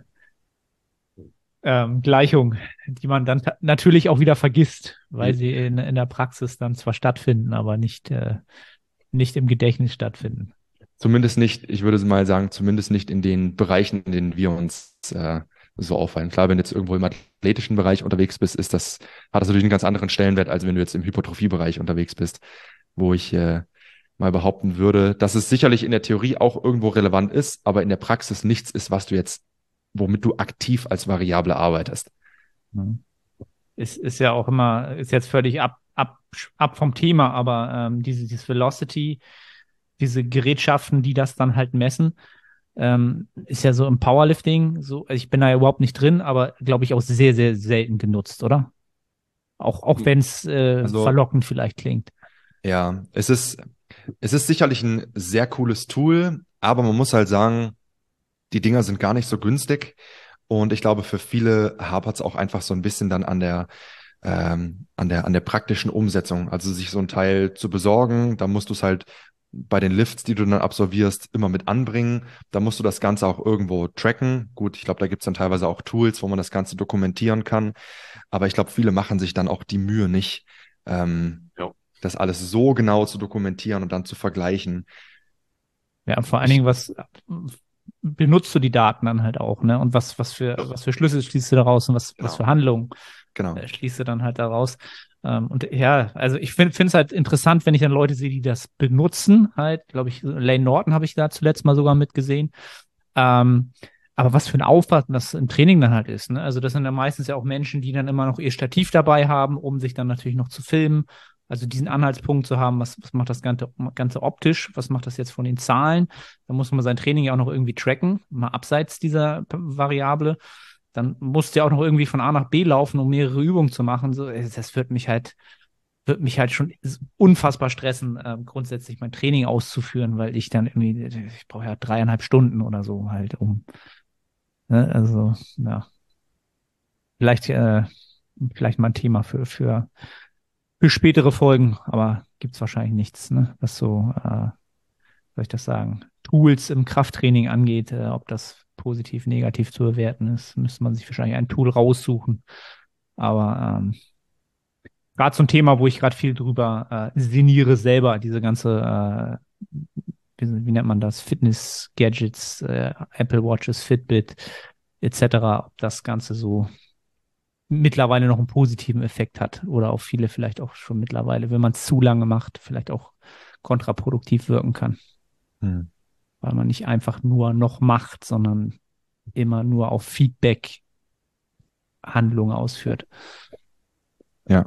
Gleichungen, die man dann natürlich auch wieder vergisst, weil sie in der Praxis dann zwar stattfinden, aber nicht im Gedächtnis stattfinden. Zumindest nicht, ich würde mal sagen, zumindest nicht in den Bereichen, in denen wir uns so auffallen. Klar, wenn du jetzt irgendwo im athletischen Bereich unterwegs bist, hat das natürlich einen ganz anderen Stellenwert, als wenn du jetzt im Hypertrophiebereich unterwegs bist, wo ich mal behaupten würde, dass es sicherlich in der Theorie auch irgendwo relevant ist, aber in der Praxis nichts ist, womit du aktiv als Variable arbeitest. Mhm. Ist ja auch immer, ist jetzt völlig ab vom Thema, aber dieses Velocity, diese Gerätschaften, die das dann halt messen, ist ja so im Powerlifting, so, also ich bin da ja überhaupt nicht drin, aber glaube ich auch sehr, sehr selten genutzt, oder? Auch wenn es Also verlockend vielleicht klingt. ja, es ist sicherlich ein sehr cooles Tool, aber man muss halt sagen, die Dinger sind gar nicht so günstig. Und ich glaube, für viele hapert es auch einfach so ein bisschen dann an der praktischen Umsetzung. Also sich so ein Teil zu besorgen, da musst du es halt bei den Lifts, die du dann absolvierst, immer mit anbringen. Da musst du das Ganze auch irgendwo tracken. Gut, ich glaube, da gibt es dann teilweise auch Tools, wo man das Ganze dokumentieren kann. Aber ich glaube, viele machen sich dann auch die Mühe nicht, Ja. das alles so genau zu dokumentieren und dann zu vergleichen. Ja, vor allen Ich, Dingen, was benutzt du die Daten dann halt auch, ne? Und was für Schlüsse schließt du daraus und was genau, für Handlungen genau. schließt du dann halt daraus? Und ja, also ich finde es halt interessant, wenn ich dann Leute sehe, die das benutzen, halt, glaube ich, Lane Norton habe ich da zuletzt mal sogar mitgesehen. Ähm, aber was für ein Aufwand das im Training dann halt ist, ne? Also das sind ja meistens ja auch Menschen, die dann immer noch ihr Stativ dabei haben, um sich dann natürlich noch zu filmen. Also diesen Anhaltspunkt zu haben, was macht das Ganze optisch, was macht das jetzt von den Zahlen? Da muss man sein Training ja auch noch irgendwie tracken, mal abseits dieser Variable. Dann musst du ja auch noch irgendwie von A nach B laufen, um mehrere Übungen zu machen. So, das wird mich halt schon unfassbar stressen, grundsätzlich mein Training auszuführen, weil ich brauche ja 3,5 Stunden oder so halt, ne, also, ja, vielleicht, vielleicht mal ein Thema für spätere Folgen, aber gibt's wahrscheinlich nichts, ne, was so, soll ich das sagen, Tools im Krafttraining angeht, ob das positiv, negativ zu bewerten ist, müsste man sich wahrscheinlich ein Tool raussuchen. Aber gerade so ein Thema, wo ich gerade viel drüber sinniere selber, diese ganze, wie nennt man das, Fitness-Gadgets, Apple Watches, Fitbit etc., ob das Ganze so mittlerweile noch einen positiven Effekt hat oder auf viele vielleicht auch schon mittlerweile, wenn man es zu lange macht, vielleicht auch kontraproduktiv wirken kann, Hm. weil man nicht einfach nur noch macht, sondern immer nur auf Feedback Handlungen ausführt. Ja.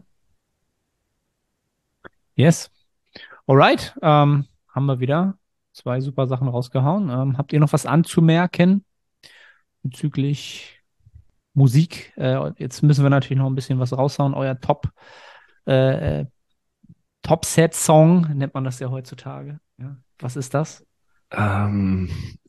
Yes. Alright. Haben wir wieder zwei super Sachen rausgehauen. Habt ihr noch was anzumerken bezüglich Musik? Jetzt müssen wir natürlich noch ein bisschen was raushauen. Euer äh, äh, Top-Set-Song nennt man das ja heutzutage. Ja. Was ist das? Ähm,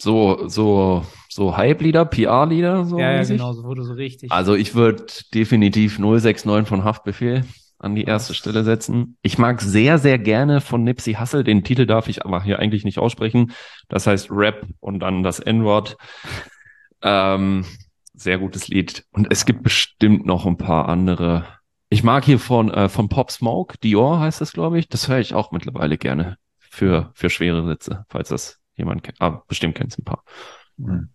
so Hype-Lieder, PR-Lieder, so Ja, ja, mäßig. genau, so wurde so richtig. Also ich würde definitiv 069 von Haftbefehl. an die erste Stelle setzen. Ich mag sehr, sehr gerne von Nipsey Hussle, den Titel darf ich aber hier eigentlich nicht aussprechen. Das heißt Rap und dann das N-Wort. Sehr gutes Lied. Und es gibt bestimmt noch ein paar andere. Ich mag hier von Pop Smoke, Dior heißt das, glaube ich. Das höre ich auch mittlerweile gerne für schwere Sätze, falls das jemand kennt. Ah, bestimmt kennt es ein paar. Hm.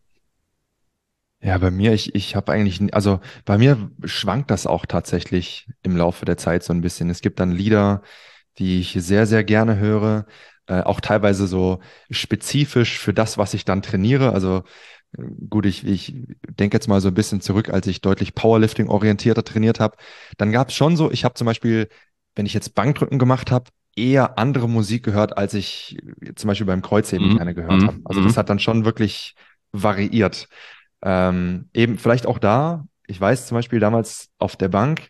Ja, bei mir, ich habe eigentlich, also bei mir schwankt das auch tatsächlich im Laufe der Zeit so ein bisschen. Es gibt dann Lieder, die ich sehr, sehr gerne höre, auch teilweise so spezifisch für das, was ich dann trainiere. Also gut, ich denke jetzt mal so ein bisschen zurück, als ich deutlich Powerlifting-orientierter trainiert habe. Dann gab es schon so, ich habe zum Beispiel, wenn ich jetzt Bankdrücken gemacht habe, eher andere Musik gehört, als ich zum Beispiel beim Kreuzheben gerne gehört habe. Also das hat dann schon wirklich variiert. Eben vielleicht auch da, ich weiß zum Beispiel damals auf der Bank,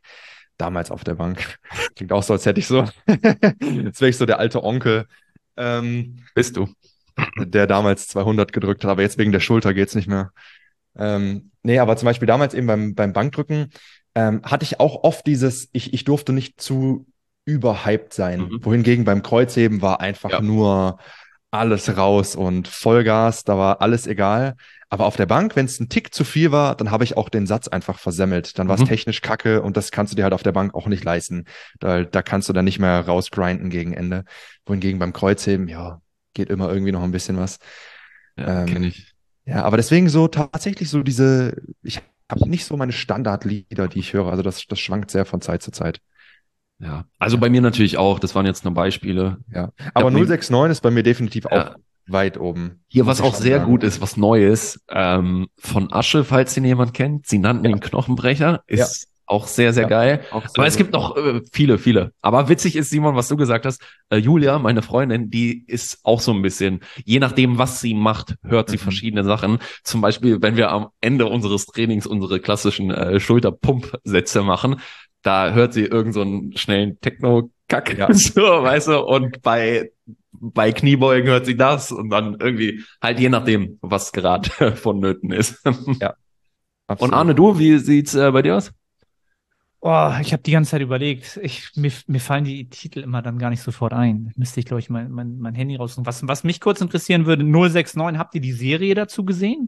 klingt auch so, als hätte ich so, jetzt wäre ich so der alte Onkel, Bist du? der damals 200 gedrückt hat, aber jetzt wegen der Schulter geht's nicht mehr. Nee, aber zum Beispiel damals eben beim Bankdrücken hatte ich auch oft dieses, ich durfte nicht zu überhyped sein. Wohingegen beim Kreuzheben war einfach nur alles raus und Vollgas, da war alles egal. Aber auf der Bank, wenn es ein Tick zu viel war, dann habe ich auch den Satz einfach versemmelt. Dann war es technisch kacke und das kannst du dir halt auf der Bank auch nicht leisten. Da kannst du dann nicht mehr rausgrinden gegen Ende. Wohingegen beim Kreuzheben, ja, geht immer irgendwie noch ein bisschen was. Ja, kenn ich. Ja, aber deswegen so tatsächlich so ich habe nicht so meine Standardlieder, die ich höre. Also das schwankt sehr von Zeit zu Zeit. Ja, also bei mir natürlich auch. Das waren jetzt nur Beispiele. Ja, aber 069 ist bei mir definitiv auch weit oben. Hier, was auch sehr gut ist, was Neues, von Asche, falls den jemand kennt. Sie nannten ihn Knochenbrecher. Ist auch sehr, sehr geil. Aber es gibt noch viele, viele. Aber witzig ist, Simon, was du gesagt hast. Julia, meine Freundin, die ist auch so ein bisschen, je nachdem, was sie macht, hört sie verschiedene Sachen. Zum Beispiel, wenn wir am Ende unseres Trainings unsere klassischen Schulterpump-Sätze machen, da hört sie irgend so einen schnellen Techno-Kack, so, weißt du, und bei Kniebeugen hört sie das und dann irgendwie halt je nachdem, was gerade vonnöten ist. Ja, absolut. Und Arne, du, wie sieht's bei dir aus? Oh, ich habe die ganze Zeit überlegt. Mir fallen die Titel immer dann gar nicht sofort ein. Müsste ich, glaube ich, mein Handy raussuchen. Was mich kurz interessieren würde, 069, habt ihr die Serie dazu gesehen?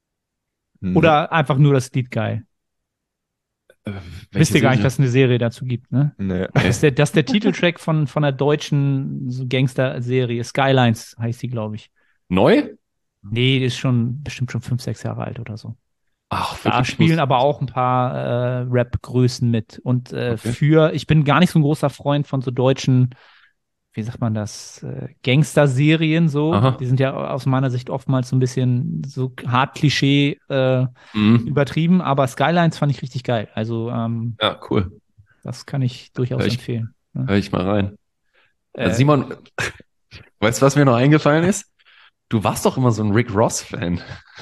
Oder einfach nur das Lied geil? Wisst ihr gar nicht, dass es eine Serie dazu gibt, ne? Nee. Das ist der Titeltrack von der deutschen so Gangster-Serie. Skylines heißt die, glaube ich. Neu? Nee, die ist bestimmt schon 5, 6 Jahre alt oder so. Ach, da spielen aber auch ein paar Rap-Größen mit. Und ich bin gar nicht so ein großer Freund von so deutschen, wie sagt man das, Gangster-Serien so. Aha. Die sind ja aus meiner Sicht oftmals so ein bisschen so hart Klischee übertrieben, aber Skylines fand ich richtig geil. Also ja, cool. Das kann ich durchaus empfehlen. Ne? Hör ich mal rein. Simon, weißt du, was mir noch eingefallen ist? Du warst doch immer so ein Rick Ross-Fan.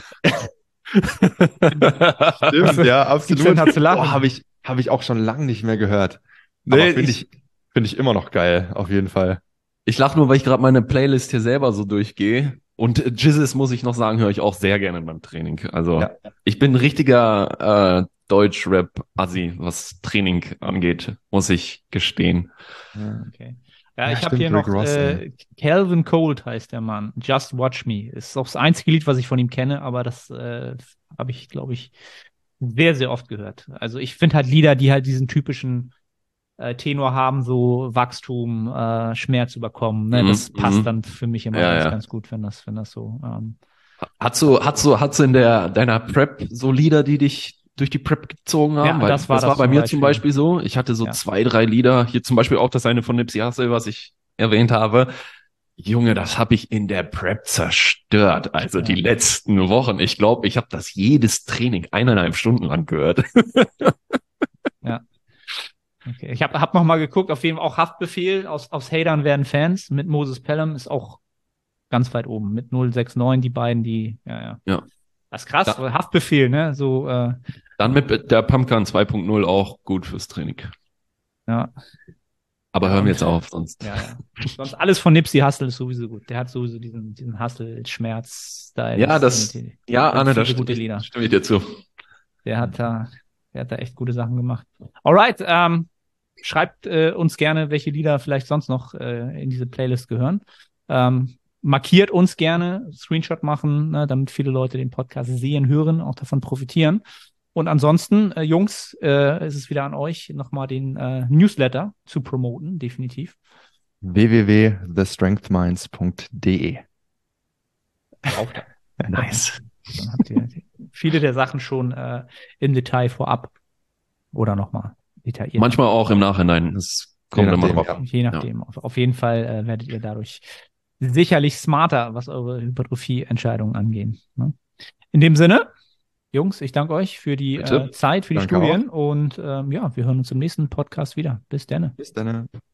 Stimmt, ja, absolut. Habe ich auch schon lange nicht mehr gehört. Nee, aber finde ich immer noch geil, auf jeden Fall. Ich lache nur, weil ich gerade meine Playlist hier selber so durchgehe. Und Jizzes, muss ich noch sagen, höre ich auch sehr gerne beim Training. Also ich bin ein richtiger Deutsch-Rap-Assi, was Training angeht, muss ich gestehen. Okay. Ja, ich habe hier noch Calvin Cold heißt der Mann. Just Watch Me. Ist auch das einzige Lied, was ich von ihm kenne, aber das habe ich, glaube ich, sehr, sehr oft gehört. Also ich finde halt Lieder, die halt diesen typischen Tenor haben, so Wachstum, Schmerz überkommen. Ne? Das passt dann für mich immer ganz gut, wenn das so. Hast du in deiner Prep so Lieder, die dich durch die Prep gezogen haben? Ja, weil das war bei mir zum Beispiel so. Ich hatte so 2, 3 Lieder. Hier zum Beispiel auch das eine von Nipsey Hussle, was ich erwähnt habe. Junge, das habe ich in der Prep zerstört. Also die letzten Wochen. Ich glaube, ich habe das jedes Training 1,5 Stunden lang gehört. Ja. Okay. Ich hab noch mal geguckt, auf jeden Fall auch Haftbefehl aus Hatern werden Fans mit Moses Pelham ist auch ganz weit oben. Mit 069, die beiden, ja. Das ist krass, Haftbefehl, ne? So, dann mit der Pumpgun 2.0 auch gut fürs Training. Ja. Aber hören wir jetzt auf, sonst. Ja. Sonst alles von Nipsey Hussle ist sowieso gut. Der hat sowieso diesen Hustle-Schmerz-Style. Ja, Arne, das stimme ich dir zu. Der hat da echt gute Sachen gemacht. Alright, Schreibt uns gerne, welche Lieder vielleicht sonst noch in diese Playlist gehören. Markiert uns gerne, Screenshot machen, ne, damit viele Leute den Podcast sehen, hören, auch davon profitieren. Und ansonsten, Jungs, ist es wieder an euch, nochmal den Newsletter zu promoten, definitiv. www.thestrengthminds.de. Nice. Dann habt ihr viele der Sachen schon im Detail vorab oder nochmal detailliert. Manchmal auch im Nachhinein. Das kommt immer drauf. Je nachdem. Ja. Auf jeden Fall werdet ihr dadurch sicherlich smarter, was eure Hypertrophie-Entscheidungen angehen. Ne? In dem Sinne, Jungs, ich danke euch für die Zeit, für die Studien. Auch. Und ja, wir hören uns im nächsten Podcast wieder. Bis dann. Bis dann.